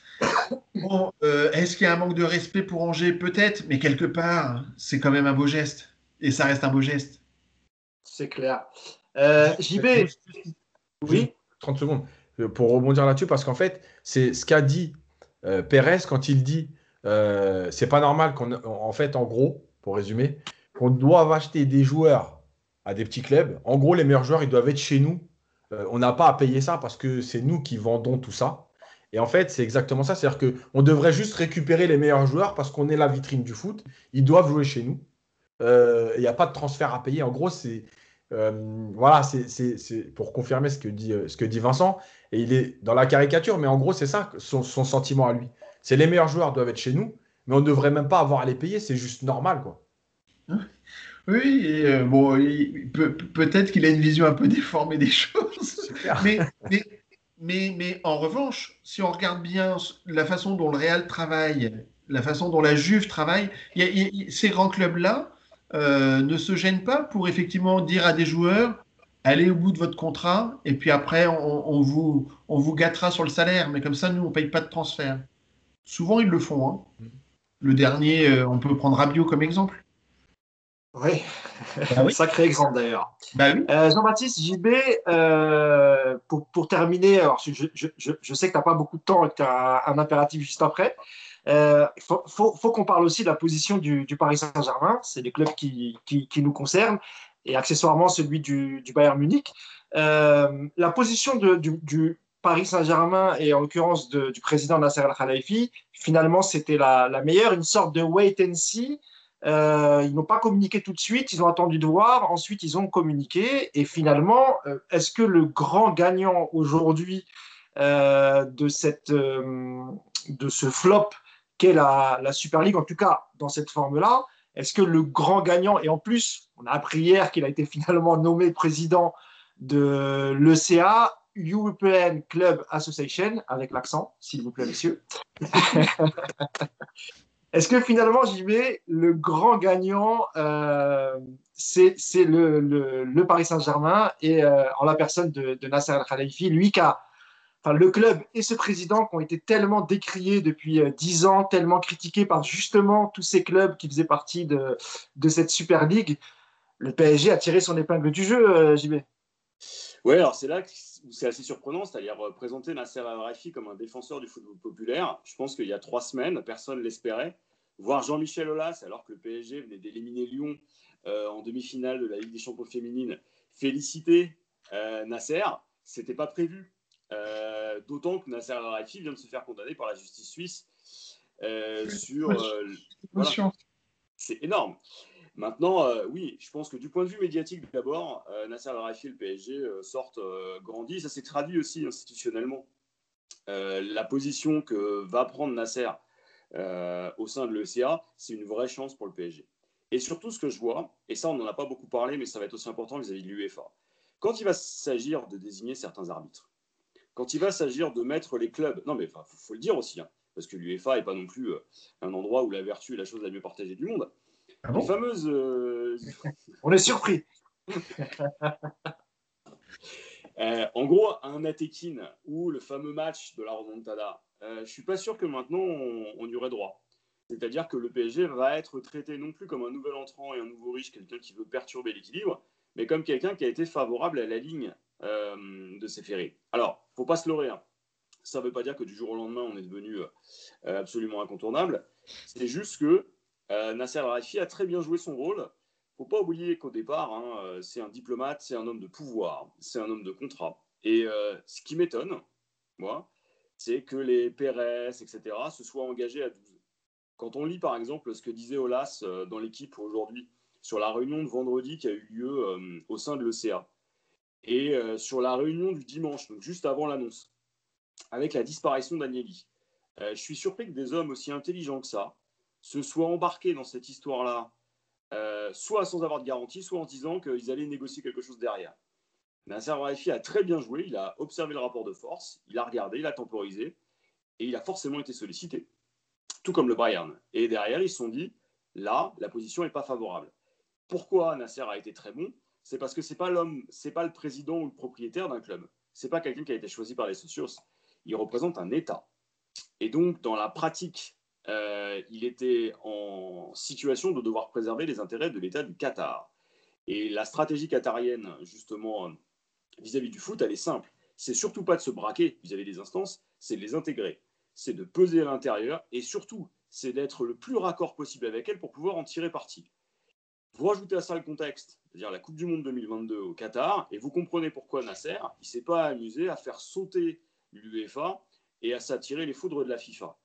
Bon, euh, est-ce qu'il y a un manque de respect pour Angers? Peut-être, mais quelque part, c'est quand même un beau geste. Et ça reste un beau geste. C'est clair. Euh, J B, Juste, juste oui, trente secondes euh, pour rebondir là-dessus, parce qu'en fait, c'est ce qu'a dit euh, Pérez quand il dit euh, c'est pas normal qu'on, en fait, en gros, pour résumer, qu'on doive acheter des joueurs à des petits clubs. En gros, les meilleurs joueurs, ils doivent être chez nous. Euh, on n'a pas à payer ça parce que c'est nous qui vendons tout ça. Et en fait, c'est exactement ça. C'est-à-dire qu'on devrait juste récupérer les meilleurs joueurs parce qu'on est la vitrine du foot. Ils doivent jouer chez nous. Euh, Il n'y a pas de transfert à payer. En gros, c'est euh, voilà, c'est c'est- c'est pour confirmer ce que dit, euh, ce que dit Vincent. Et il est dans la caricature, mais en gros, c'est ça son, son sentiment à lui. C'est les meilleurs joueurs doivent être chez nous, mais on ne devrait même pas avoir à les payer. C'est juste normal, quoi. Oui, et, euh, bon, il- peut, peut-être qu'il a une vision un peu déformée des choses, C'est clair. mais, mais, mais, mais en revanche, si on regarde bien la façon dont le Real travaille, la façon dont la Juve travaille, il y a- il y a- ces grands clubs-là euh, ne se gênent pas pour effectivement dire à des joueurs, allez au bout de votre contrat, et puis après, on, on vous, on vous gâtera sur le salaire, mais comme ça, nous, on ne paye pas de transfert. Souvent, ils le font, hein. Le dernier, euh, on peut prendre Rabiot comme exemple. Oui, Bah oui. sacré exemple d'ailleurs. Bah oui. Euh, Jean-Baptiste, J B, euh, pour, pour terminer, alors je, je, je, je sais que tu n'as pas beaucoup de temps et que tu as un, un impératif juste après. Il euh, faut, faut, faut qu'on parle aussi de la position du, du Paris Saint-Germain. C'est des clubs qui, qui, qui nous concernent et accessoirement celui du, du Bayern Munich. Euh, la position de, du, du Paris Saint-Germain et en l'occurrence de, du président Nasser Al-Khelaifi, finalement, c'était la, la meilleure, une sorte de wait and see. Euh, ils n'ont pas communiqué tout de suite, ils ont attendu de voir, ensuite ils ont communiqué. Et finalement, euh, est-ce que le grand gagnant aujourd'hui euh, de, cette, euh, de ce flop qu'est la, la Super League, en tout cas dans cette forme-là, est-ce que le grand gagnant, et en plus, on a appris hier qu'il a été finalement nommé président de l'E C A, European Club Association, avec l'accent, s'il vous plaît, messieurs. Est-ce que finalement, j'y vais, le grand gagnant, euh, c'est c'est le, le, le Paris Saint-Germain et euh, en la personne de, de Nasser Al-Khelaifi, lui qui a, enfin, le club et ce président qui ont été tellement décriés depuis dix euh, ans, tellement critiqués par justement tous ces clubs qui faisaient partie de, de cette Super League, le P S G a tiré son épingle du jeu, euh, J B. Ouais, alors c'est là que c'est assez surprenant, c'est-à-dire présenter Nasser Al-Khelaifi comme un défenseur du football populaire. Je pense qu'il y a trois semaines, personne ne l'espérait. Voir Jean-Michel Aulas, alors que le P S G venait d'éliminer Lyon euh, en demi-finale de la Ligue des Champions féminines, féliciter euh, Nasser, c'était pas prévu. Euh, d'autant que Nasser Al-Khelaifi vient de se faire condamner par la justice suisse euh, sur. Euh, voilà. C'est énorme. Maintenant, euh, oui, je pense que du point de vue médiatique, d'abord, euh, Nasser Al-Khelaifi et le P S G euh, sortent euh, grandis. Ça s'est traduit aussi institutionnellement. Euh, la position que va prendre Nasser euh, au sein de l'E C A, c'est une vraie chance pour le P S G. Et surtout, ce que je vois, et ça, on n'en a pas beaucoup parlé, mais ça va être aussi important vis-à-vis de l'UEFA. Quand il va s'agir de désigner certains arbitres, quand il va s'agir de mettre les clubs... Non, mais il faut, faut le dire aussi, hein, parce que l'UEFA n'est pas non plus euh, un endroit où la vertu est la chose la mieux partagée du monde. Ah bon ? Les fameuses. Euh... On est surpris. euh, en gros, un Atekin ou le fameux match de la remontada, euh, je ne suis pas sûr que maintenant on, on y aurait droit. C'est-à-dire que le P S G va être traité non plus comme un nouvel entrant et un nouveau riche, quelqu'un qui veut perturber l'équilibre, mais comme quelqu'un qui a été favorable à la ligne euh, de ces ferrés. Alors, il ne faut pas se leurrer. Hein. Ça ne veut pas dire que du jour au lendemain, on est devenu euh, absolument incontournable. C'est juste que euh, Nasser Al-Khelaifi a très bien joué son rôle. Il ne faut pas oublier qu'au départ, hein, c'est un diplomate, c'est un homme de pouvoir, c'est un homme de contrat. Et euh, ce qui m'étonne, moi, c'est que les Pérez, et cetera, se soient engagés à douze. Quand on lit, par exemple, ce que disait Aulas euh, dans l'équipe aujourd'hui, sur la réunion de vendredi qui a eu lieu euh, au sein de l'E C A, et euh, sur la réunion du dimanche, donc juste avant l'annonce, avec la disparition d'Agnelli. Euh, je suis surpris que des hommes aussi intelligents que ça se soient embarqués dans cette histoire-là, euh, soit sans avoir de garantie, soit en se disant qu'ils allaient négocier quelque chose derrière. Nasser Al-Khelaifi a très bien joué, il a observé le rapport de force, il a regardé, il a temporisé, et il a forcément été sollicité, tout comme le Bayern. Et derrière, ils se sont dit, là, la position n'est pas favorable. Pourquoi Nasser a été très bon ? C'est parce que ce n'est pas l'homme, c'est pas le président ou le propriétaire d'un club. Ce n'est pas quelqu'un qui a été choisi par les socios. Il représente un État. Et donc, dans la pratique, euh, il était en situation de devoir préserver les intérêts de l'État du Qatar. Et la stratégie qatarienne, justement, vis-à-vis du foot, elle est simple. C'est surtout pas de se braquer vis-à-vis des instances, c'est de les intégrer. C'est de peser à l'intérieur et surtout, c'est d'être le plus raccord possible avec elles pour pouvoir en tirer parti. Vous rajoutez à ça le contexte, c'est-à-dire la Coupe du Monde deux mille vingt-deux au Qatar, et vous comprenez pourquoi Nasser, il ne s'est pas amusé à faire sauter l'UEFA et à s'attirer les foudres de la FIFA.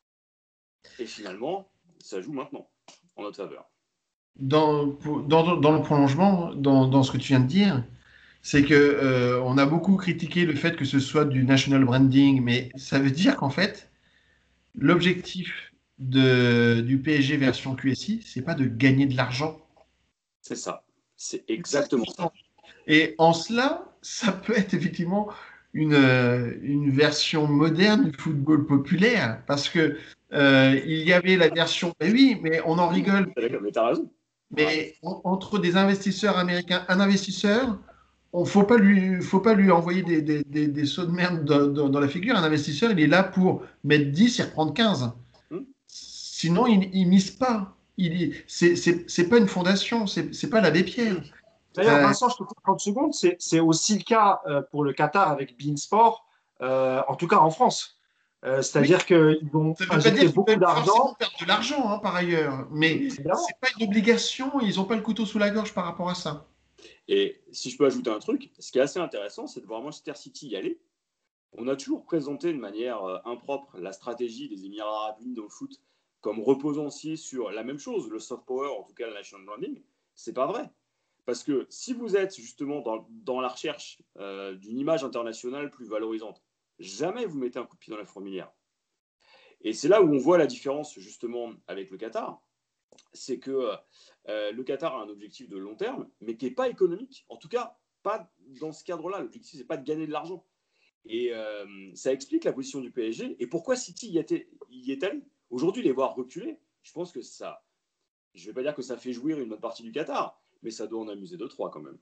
Et finalement, ça joue maintenant en notre faveur. Dans, dans, dans le prolongement, dans, dans ce que tu viens de dire, c'est que euh, on a beaucoup critiqué le fait que ce soit du national branding, mais ça veut dire qu'en fait, l'objectif de, du P S G version Q S I, c'est pas de gagner de l'argent. C'est ça. C'est exactement ça. Et en cela, ça peut être effectivement une, une version moderne du football populaire, parce que euh, il y avait la version, mais oui, mais on en rigole. Mais t'as raison. Mais en, entre des investisseurs américains, un investisseur, il ne faut pas lui, faut pas lui envoyer des, des, des, des sauts de merde dans, dans, dans la figure. Un investisseur, il est là pour mettre dix et reprendre quinze. Hum. Sinon, il ne mise pas. Ce n'est pas une fondation, ce n'est pas l'abbé Pierre. D'ailleurs, Vincent, je te coupe trente secondes, c'est aussi le cas euh, pour le Qatar avec beIN Sport, euh, en tout cas en France. Euh, C'est-à-dire oui. qu'ils vont injecter beaucoup d'argent. Ils perdent de l'argent, hein, par ailleurs, mais ce n'est pas une obligation, ils n'ont pas le couteau sous la gorge par rapport à ça. Et si je peux ajouter un truc, ce qui est assez intéressant, c'est de voir Manchester City y aller. On a toujours présenté de manière euh, impropre la stratégie des Émirats Arabes Unis dans le foot comme reposant aussi sur la même chose, le soft power, en tout cas le national branding. C'est pas vrai. Parce que si vous êtes justement dans, dans la recherche euh, d'une image internationale plus valorisante, jamais vous mettez un coup de pied dans la fourmilière. Et c'est là où on voit la différence justement avec le Qatar. C'est que euh, le Qatar a un objectif de long terme, mais qui n'est pas économique. En tout cas, pas dans ce cadre-là. L'objectif, ce n'est pas de gagner de l'argent. Et euh, ça explique la position du P S G et pourquoi City y, était, y est allé. Aujourd'hui, les voir reculer, je pense que ça... Je ne vais pas dire que ça fait jouir une bonne partie du Qatar, mais ça doit en amuser deux, trois quand même.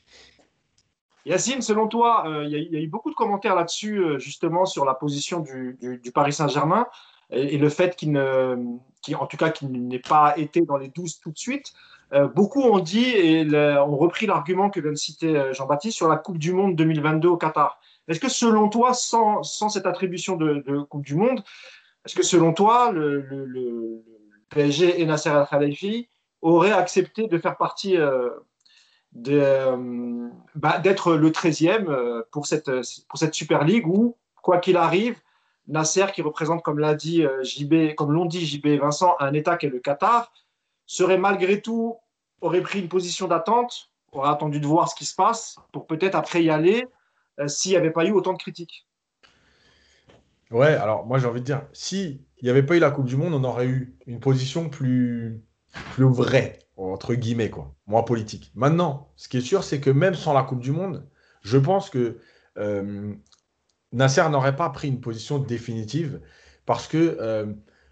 Yacine, selon toi, il euh, y, y a eu beaucoup de commentaires là-dessus, euh, justement, sur la position du, du, du Paris Saint-Germain et, et le fait qu'il ne, qu'il, en tout cas, qu'il n'ait pas été dans les douze tout de suite. Euh, beaucoup ont dit et le, ont repris l'argument que vient de citer Jean-Baptiste sur la Coupe du Monde deux mille vingt-deux au Qatar. Est-ce que selon toi, sans, sans cette attribution de, de Coupe du Monde, est-ce que selon toi, le, le, le P S G et Nasser Al-Khelaifi auraient accepté de faire partie... Euh, De, euh, bah, d'être le treizième euh, pour cette, pour cette Super League où, quoi qu'il arrive, Nasser, qui représente, comme l'a dit euh, J B, comme l'ont dit J B et Vincent, un État qui est le Qatar, serait malgré tout, aurait pris une position d'attente, aurait attendu de voir ce qui se passe pour peut-être après y aller euh, s'il n'y avait pas eu autant de critiques. Ouais, alors moi j'ai envie de dire, si il n'y avait pas eu la Coupe du Monde, on aurait eu une position plus, plus vraie, entre guillemets, quoi, moins politique. Maintenant, ce qui est sûr, c'est que même sans la Coupe du Monde, je pense que euh, Nasser n'aurait pas pris une position définitive parce que euh,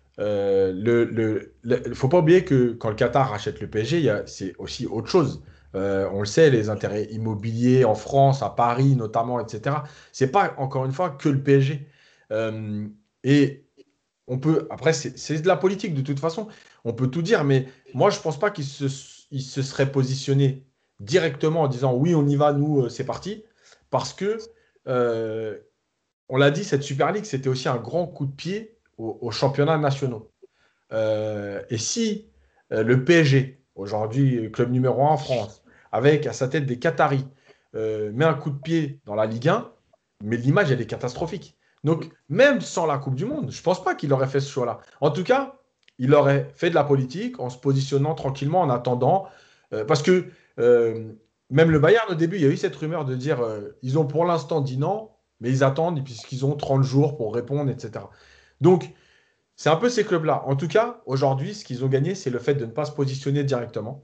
euh, le, le, le, faut pas oublier que quand le Qatar rachète le P S G, c'est aussi autre chose. Euh, on le sait, les intérêts immobiliers en France, à Paris notamment, et cetera. C'est pas encore une fois que le P S G. Euh, et on peut, après, c'est de la politique de toute façon. On peut tout dire, mais moi, je pense pas qu'il se, il se serait positionné directement en disant oui, on y va, nous, euh, c'est parti. Parce que, euh, on l'a dit, cette Super League, c'était aussi un grand coup de pied aux, aux championnats nationaux. Euh, et si euh, le P S G, aujourd'hui club numéro un en France, avec à sa tête des Qataris, euh, met un coup de pied dans la Ligue un, mais l'image, elle est catastrophique. Donc, même sans la Coupe du Monde, je ne pense pas qu'il aurait fait ce choix-là. En tout cas, il aurait fait de la politique en se positionnant tranquillement en attendant. Euh, parce que euh, même le Bayern, au début, il y a eu cette rumeur de dire euh, ils ont pour l'instant dit non, mais ils attendent puisqu'ils ont trente jours pour répondre, et cetera. Donc, c'est un peu ces clubs-là. En tout cas, aujourd'hui, ce qu'ils ont gagné, c'est le fait de ne pas se positionner directement.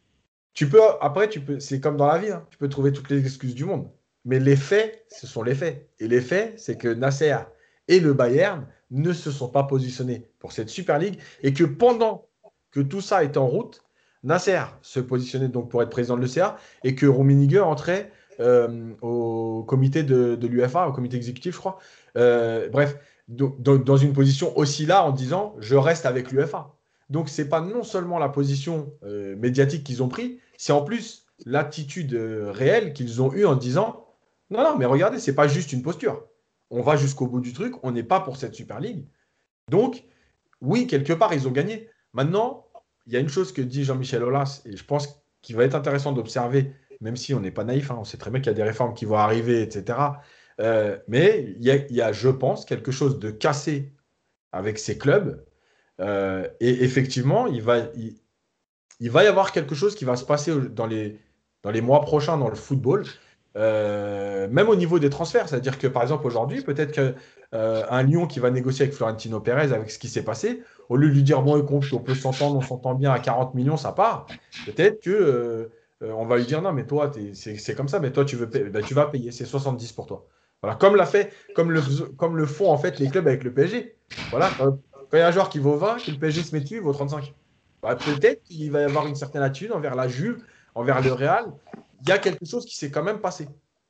Tu peux, après, tu peux, c'est comme dans la vie, hein, tu peux trouver toutes les excuses du monde. Mais les faits, ce sont les faits. Et les faits, c'est que Nasser et le Bayern ne se sont pas positionnés pour cette Super League et que pendant que tout ça était en route, Nasser se positionnait donc pour être président de l'E C A et que Rummenigge entrait euh, au comité de, de l'U E F A, au comité exécutif, je crois. Euh, bref, do, do, dans une position aussi là en disant « je reste avec l'U E F A ». Donc, ce n'est pas non seulement la position euh, médiatique qu'ils ont pris, c'est en plus l'attitude euh, réelle qu'ils ont eue en disant non, non, mais regardez, ce n'est pas juste une posture. On va jusqu'au bout du truc, on n'est pas pour cette Super League. Donc, oui, quelque part, ils ont gagné. Maintenant, il y a une chose que dit Jean-Michel Aulas, et je pense qu'il va être intéressant d'observer, même si on n'est pas naïf, hein, on sait très bien qu'il y a des réformes qui vont arriver, et cetera. Euh, mais il y a, il y a, je pense, quelque chose de cassé avec ces clubs. Euh, et effectivement, il va, il, il va y avoir quelque chose qui va se passer dans les, dans les mois prochains dans le football, euh, même au niveau des transferts. C'est-à-dire que, par exemple, aujourd'hui, peut-être qu'un euh, Lyon qui va négocier avec Florentino Pérez, avec ce qui s'est passé, au lieu de lui dire, bon, écoute, on peut s'entendre, on s'entend bien à quarante millions, ça part. Peut-être que euh, euh, on va lui dire, non, mais toi, t'es- c'est c'est comme ça, mais toi, tu, veux payer- ben, tu vas payer, c'est soixante-dix pour toi. Voilà, comme l'a fait, comme le, comme le font en fait les clubs avec le P S G. Voilà, quand, quand il y a un joueur qui vaut vingt, que le P S G se met dessus, il vaut trente-cinq. Bah, peut-être qu'il va y avoir une certaine attitude envers la Juve, envers le Real. Il y a quelque chose qui s'est quand même passé.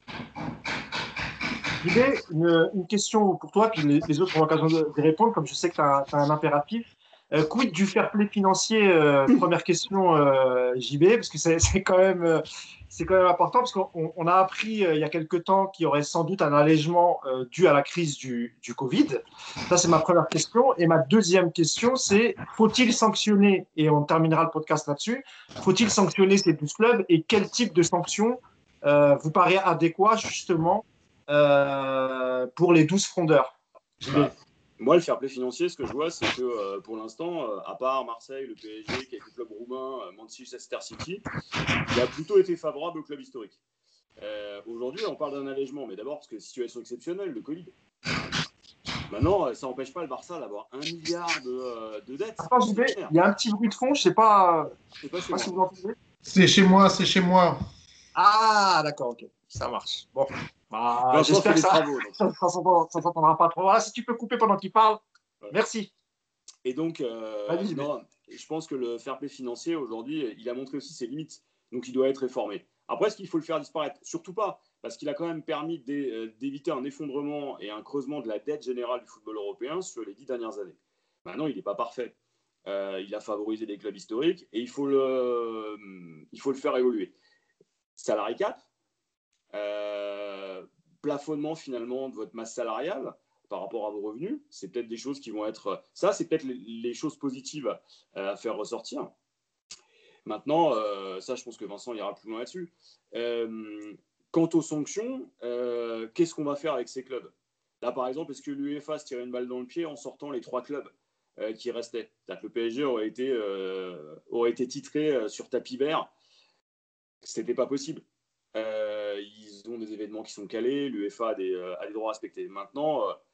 J B, une, une question pour toi, puis les, les autres auront l'occasion de, de répondre, comme je sais que tu as, un impératif. Euh, quid du fair play financier euh, Première question, euh, J B, parce que c'est c'est quand même, euh, c'est quand même important, parce qu'on on a appris euh, il y a quelque temps qu'il y aurait sans doute un allègement euh, dû à la crise du, du Covid. Ça, c'est ma première question. Et ma deuxième question, c'est faut-il sanctionner, et on terminera le podcast là-dessus, faut-il sanctionner ces douze clubs et quel type de sanction euh, vous paraît adéquat, justement, euh, pour les douze frondeurs? Bah, moi, le fair play financier, ce que je vois, c'est que euh, pour l'instant, euh, à part Marseille, le P S G, quelques clubs roumains, euh, Manchester City, il a plutôt été favorable aux clubs historiques. Euh, Aujourd'hui, on parle d'un allègement, mais d'abord parce que situation exceptionnelle, le Covid. Maintenant, ça n'empêche pas le Barça d'avoir un milliard de, euh, de dettes. Attends, J B, il y a un petit bruit de fond, je ne sais pas, C'est pas je sais chez pas moi. si vous l'entendez. C'est chez moi, c'est chez moi. Ah, d'accord, ok, ça marche. Bon, bah, Vincent j'espère fait que des ça travaux. donc. ça ne s'entendra pas trop. Voilà, si tu peux couper pendant qu'il parle, Ouais. merci. Et donc, euh, Vas-y, J B. non, je pense que le fair play financier, aujourd'hui, il a montré aussi ses limites. Donc, il doit être réformé. Après, est-ce qu'il faut le faire disparaître? Surtout pas, parce qu'il a quand même permis d'é- euh, d'éviter un effondrement et un creusement de la dette générale du football européen sur les dix dernières années. Maintenant, il n'est pas parfait. Euh, il a favorisé des clubs historiques et il faut le, il faut le faire évoluer. Salary cap, euh, plafonnement finalement de votre masse salariale par rapport à vos revenus, c'est peut-être des choses qui vont être... Ça, c'est peut-être les, les choses positives à faire ressortir. Maintenant, euh, ça, je pense que Vincent ira plus loin là-dessus. Euh, quant aux sanctions, euh, qu'est-ce qu'on va faire avec ces clubs? Là, par exemple, est-ce que l'UEFA se tirait une balle dans le pied en sortant les trois clubs euh, qui restaient? C'est-à-dire que le P S G aurait été, euh, aurait été titré euh, sur tapis vert. C'était pas possible. Euh, ils ont des événements qui sont calés, l'UEFA a des, euh, a des droits à respecter. Maintenant, euh,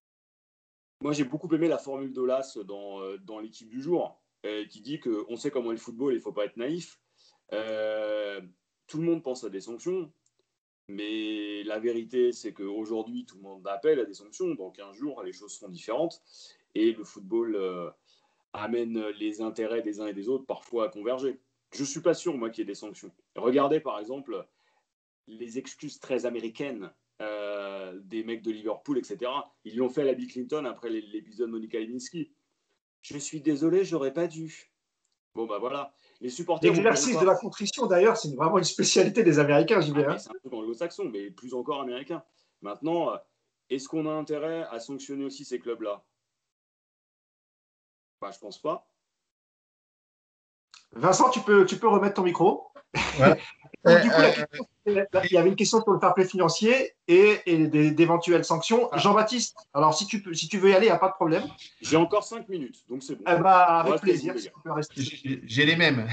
moi j'ai beaucoup aimé la formule d'Olas dans, euh, dans l'équipe du jour, euh, qui dit qu'on sait comment est le football et il ne faut pas être naïf. Euh, tout le monde pense à des sanctions, mais la vérité c'est qu'aujourd'hui tout le monde appelle à des sanctions. Dans quinze jours, les choses seront différentes et le football euh, amène les intérêts des uns et des autres parfois à converger. Je ne suis pas sûr, moi, qu'il y ait des sanctions. Regardez, par exemple, les excuses très américaines euh, des mecs de Liverpool, et cetera. Ils l'ont fait à la Bill Clinton après l'épisode Monica Lewinsky. Je suis désolé, j'aurais pas dû. Bon, bah voilà. Les supporters. L'exercice de la contrition, d'ailleurs, c'est vraiment une spécialité des Américains, j'y vais. Ah, hein. c'est un truc anglo-saxon, mais plus encore américain. Maintenant, est-ce qu'on a intérêt à sanctionner aussi ces clubs-là? Bah, je pense pas. Vincent, tu peux, tu peux remettre ton micro. Voilà. Donc, du coup, la question, il y avait une question sur le fair play financier et, et d'éventuelles sanctions. Ah. Jean-Baptiste, alors si tu, peux, si tu veux y aller, il n'y a pas de problème. J'ai encore cinq minutes, donc c'est bon. Eh ben, avec plaisir. Si J'ai les mêmes.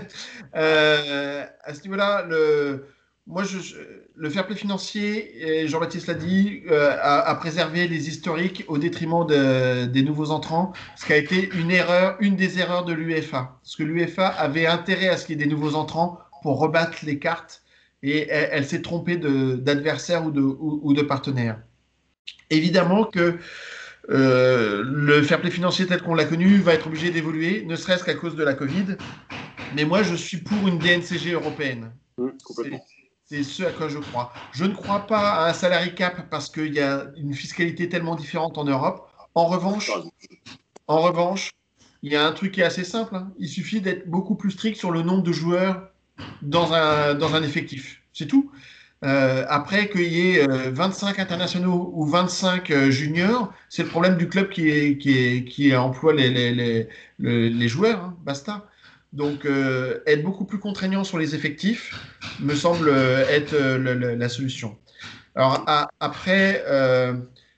euh, à ce niveau-là, le, moi, je, je, le fair play financier, Jean-Baptiste l'a dit, euh, a, a préservé les historiques au détriment de, des nouveaux entrants, ce qui a été une erreur, une des erreurs de l'UEFA. Parce que l'UEFA avait intérêt à ce qu'il y ait des nouveaux entrants pour rebattre les cartes et elle, elle s'est trompée d'adversaires ou de, ou, ou de partenaires. Évidemment que euh, le fair play financier tel qu'on l'a connu va être obligé d'évoluer, ne serait-ce qu'à cause de la Covid. Mais moi, je suis pour une D N C G européenne. Mmh, complètement. C'est ce à quoi je crois. Je ne crois pas à un salary cap parce qu'il y a une fiscalité tellement différente en Europe. En revanche, en revanche, il y a un truc qui est assez simple. Hein. Il suffit d'être beaucoup plus strict sur le nombre de joueurs dans un, dans un effectif. C'est tout. Euh, après qu'il y ait euh, vingt-cinq internationaux ou vingt-cinq euh, juniors, c'est le problème du club qui, est, qui, est, qui emploie les, les, les, les, les joueurs. Hein, basta. Donc, euh, être beaucoup plus contraignant sur les effectifs me semble être euh, le, le, la solution. Alors à, après, euh,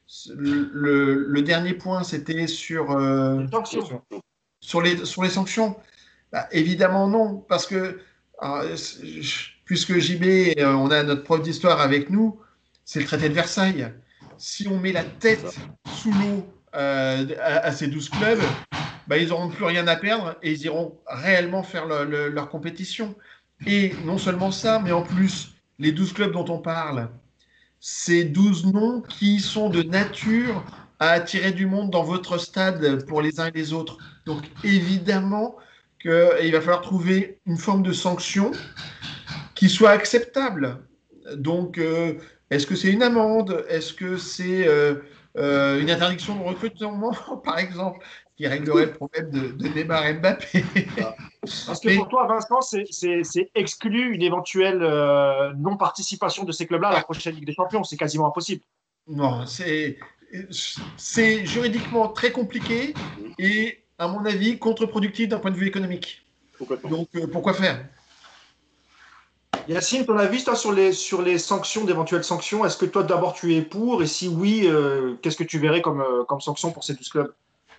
le, le, dernier point, c'était sur, euh, sur, les, sur les sanctions. Bah, évidemment non, parce que alors, puisque J B, euh, on a notre prof d'histoire avec nous, c'est le traité de Versailles. Si on met la tête sous l'eau euh, à, à ces douze clubs, bah, ils n'auront plus rien à perdre et ils iront réellement faire le, le, leur compétition. Et non seulement ça, mais en plus, les douze clubs dont on parle, c'est douze noms qui sont de nature à attirer du monde dans votre stade pour les uns et les autres. Donc évidemment qu'il va falloir trouver une forme de sanction qui soit acceptable. Donc, euh, est-ce que c'est une amende? Est-ce que c'est euh, euh, une interdiction de recrutement, par exemple, qui réglerait le problème de, de Neymar et Mbappé? Parce que pour toi, Vincent, c'est exclu une éventuelle euh, non-participation de ces clubs-là à la prochaine Ligue des Champions. C'est quasiment impossible. Non, c'est juridiquement très compliqué et, à mon avis, contre-productif d'un point de vue économique. Donc, euh, pourquoi faire? Yacine, ton avis toi, sur, les, sur les sanctions, d'éventuelles sanctions, est-ce que toi d'abord tu es pour? Et si oui, euh, qu'est-ce que tu verrais comme, euh, comme sanction pour ces douze clubs?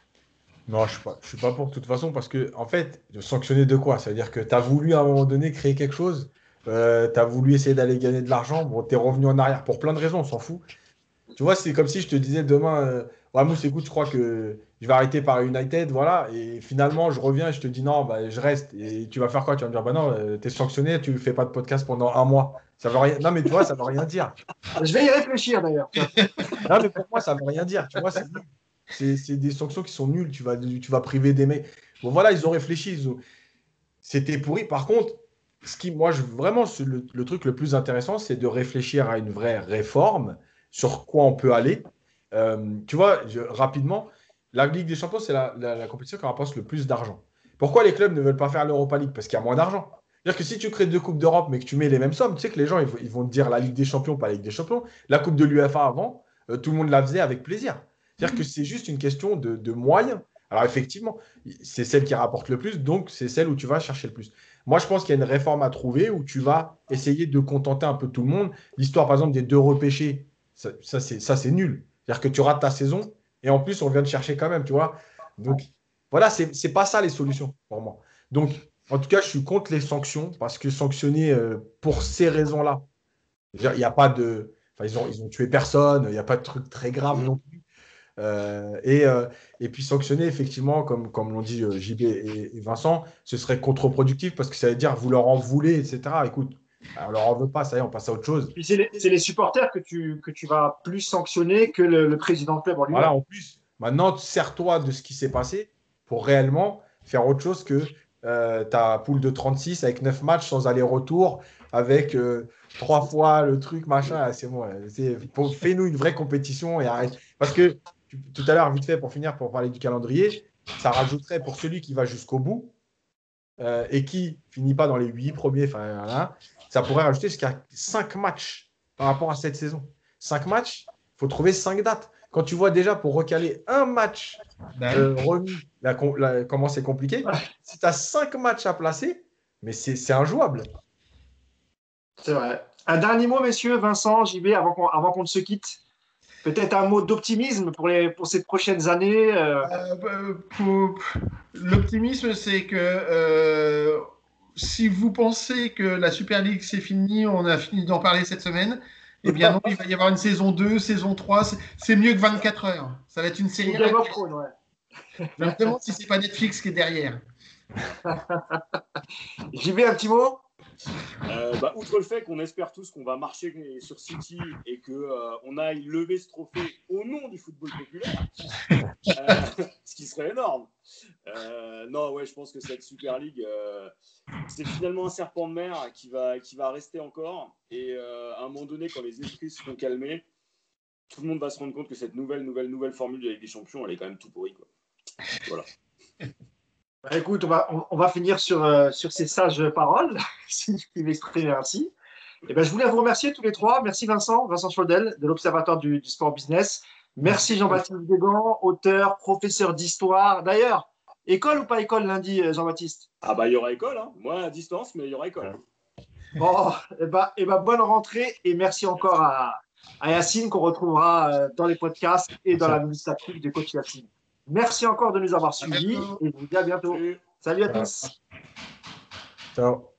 Non, je ne suis pas pour de toute façon parce que, en fait, sanctionner de quoi? C'est-à-dire que tu as voulu à un moment donné créer quelque chose, euh, tu as voulu essayer d'aller gagner de l'argent, bon, tu es revenu en arrière pour plein de raisons, on s'en fout. Tu vois, c'est comme si je te disais demain, euh, ouais, Mousse, écoute, je crois que je vais arrêter par United, voilà, et finalement, je reviens et je te dis non, bah, je reste. Et tu vas faire quoi? Tu vas me dire, bah non, euh, t'es sanctionné, tu fais pas de podcast pendant un mois. Ça veut rien. Non, mais tu vois, ça veut rien dire. Je vais y réfléchir d'ailleurs. Non, mais pour moi, ça veut rien dire. Tu vois, c'est nul. C'est c'est des sanctions qui sont nulles. Tu vas, tu vas priver des mecs. Bon, voilà, ils ont réfléchi. Ils ont... C'était pourri. Par contre, ce qui, moi, je, vraiment, ce- le, le truc le plus intéressant, c'est de réfléchir à une vraie réforme sur quoi on peut aller. Euh, tu vois, je- rapidement, la Ligue des Champions, c'est la, la- la compétition qui rapporte le plus d'argent. Pourquoi les clubs ne veulent pas faire l'Europa League? Parce qu'il y a moins d'argent. C'est-à-dire que si tu crées deux Coupes d'Europe, mais que tu mets les mêmes sommes, tu sais que les gens, ils, vont ils vont te dire la Ligue des Champions, pas la Ligue des Champions. La Coupe de l'UEFA avant, euh, tout le monde la faisait avec plaisir. C'est-à-dire que c'est juste une question de, de moyens. Alors effectivement, c'est celle qui rapporte le plus, donc c'est celle où tu vas chercher le plus. Moi, je pense qu'il y a une réforme à trouver où tu vas essayer de contenter un peu tout le monde. L'histoire, par exemple, des deux repêchés, ça, ça c'est ça, c'est nul. C'est-à-dire que tu rates ta saison et en plus, on vient te chercher quand même, tu vois. Donc, voilà, c'est c'est pas ça les solutions pour moi. Donc, en tout cas, je suis contre les sanctions parce que sanctionner euh, pour ces raisons-là, il n'y a pas de. Enfin, ils ont, ils ont tué personne, il n'y a pas de truc très grave non plus. Euh, et, euh, et puis sanctionner, effectivement, comme, comme l'ont dit euh, J B et, et Vincent, ce serait contre-productif parce que ça veut dire vous leur en voulez, et cetera. Écoute, on leur en veut pas, ça y est, on passe à autre chose. Puis c'est les, les, supporters que tu, que tu vas plus sanctionner que le, le président de club en lui-même. Voilà, en plus, maintenant, sers-toi de ce qui s'est passé pour réellement faire autre chose que euh, ta poule de trente-six avec neuf matchs sans aller-retour, avec euh, trois fois le truc, machin. C'est bon, fais-nous une vraie compétition et arrête. Parce que tu, tout à l'heure, vite fait, pour finir, pour parler du calendrier, ça rajouterait pour celui qui va jusqu'au bout euh, et qui finit pas dans les huit premiers, enfin, voilà, ça pourrait rajouter jusqu'à cinq matchs par rapport à cette saison. cinq matchs, il faut trouver cinq dates. Quand tu vois déjà pour recaler un match euh, remis, la, la, comment c'est compliqué, si tu as cinq matchs à placer, mais c'est injouable. C'est vrai. Un dernier mot, messieurs, Vincent, J B, avant qu'on avant qu'on ne se quitte. Peut-être un mot d'optimisme pour, les, pour ces prochaines années euh... euh, L'optimisme, c'est que euh, si vous pensez que la Super League, c'est fini, on a fini d'en parler cette semaine, eh bien non, il va y avoir une saison deux, saison trois, c'est mieux que vingt-quatre heures. Ça va être une série. Game of Thrones, ouais. Je me demande si c'est pas Netflix qui est derrière. J B, un petit mot euh, bah, outre le fait qu'on espère tous qu'on va marcher sur City et qu'on euh, aille lever ce trophée au nom du football populaire, euh, ce qui serait énorme. Euh, non, ouais, je pense que cette Super League, euh, c'est finalement un serpent de mer qui va, qui va rester encore. Et euh, à un moment donné, quand les esprits seront calmés, tout le monde va se rendre compte que cette nouvelle, nouvelle, nouvelle formule de la Ligue des Champions, elle est quand même tout pourrie, quoi. Voilà. Bah, écoute, on va, on, on va finir sur, euh, sur ces sages paroles, si je puis m'exprimer ainsi. Et ben, je voulais vous remercier tous les trois. Merci Vincent, Vincent Chaudel, de l'Observatoire du, du Sport Business. Merci Jean-Baptiste Desgans, auteur, professeur d'histoire. D'ailleurs, école ou pas école lundi, Jean-Baptiste? Ah bah il y aura école, hein. Moi à distance, mais il y aura école. Bon, et ben, et ben, bonne rentrée et merci encore à, à Yacine qu'on retrouvera dans les podcasts et dans la ministre active de coach Yacine. Merci encore de nous avoir suivis et je vous dis à bientôt. Salut à tous. Ciao.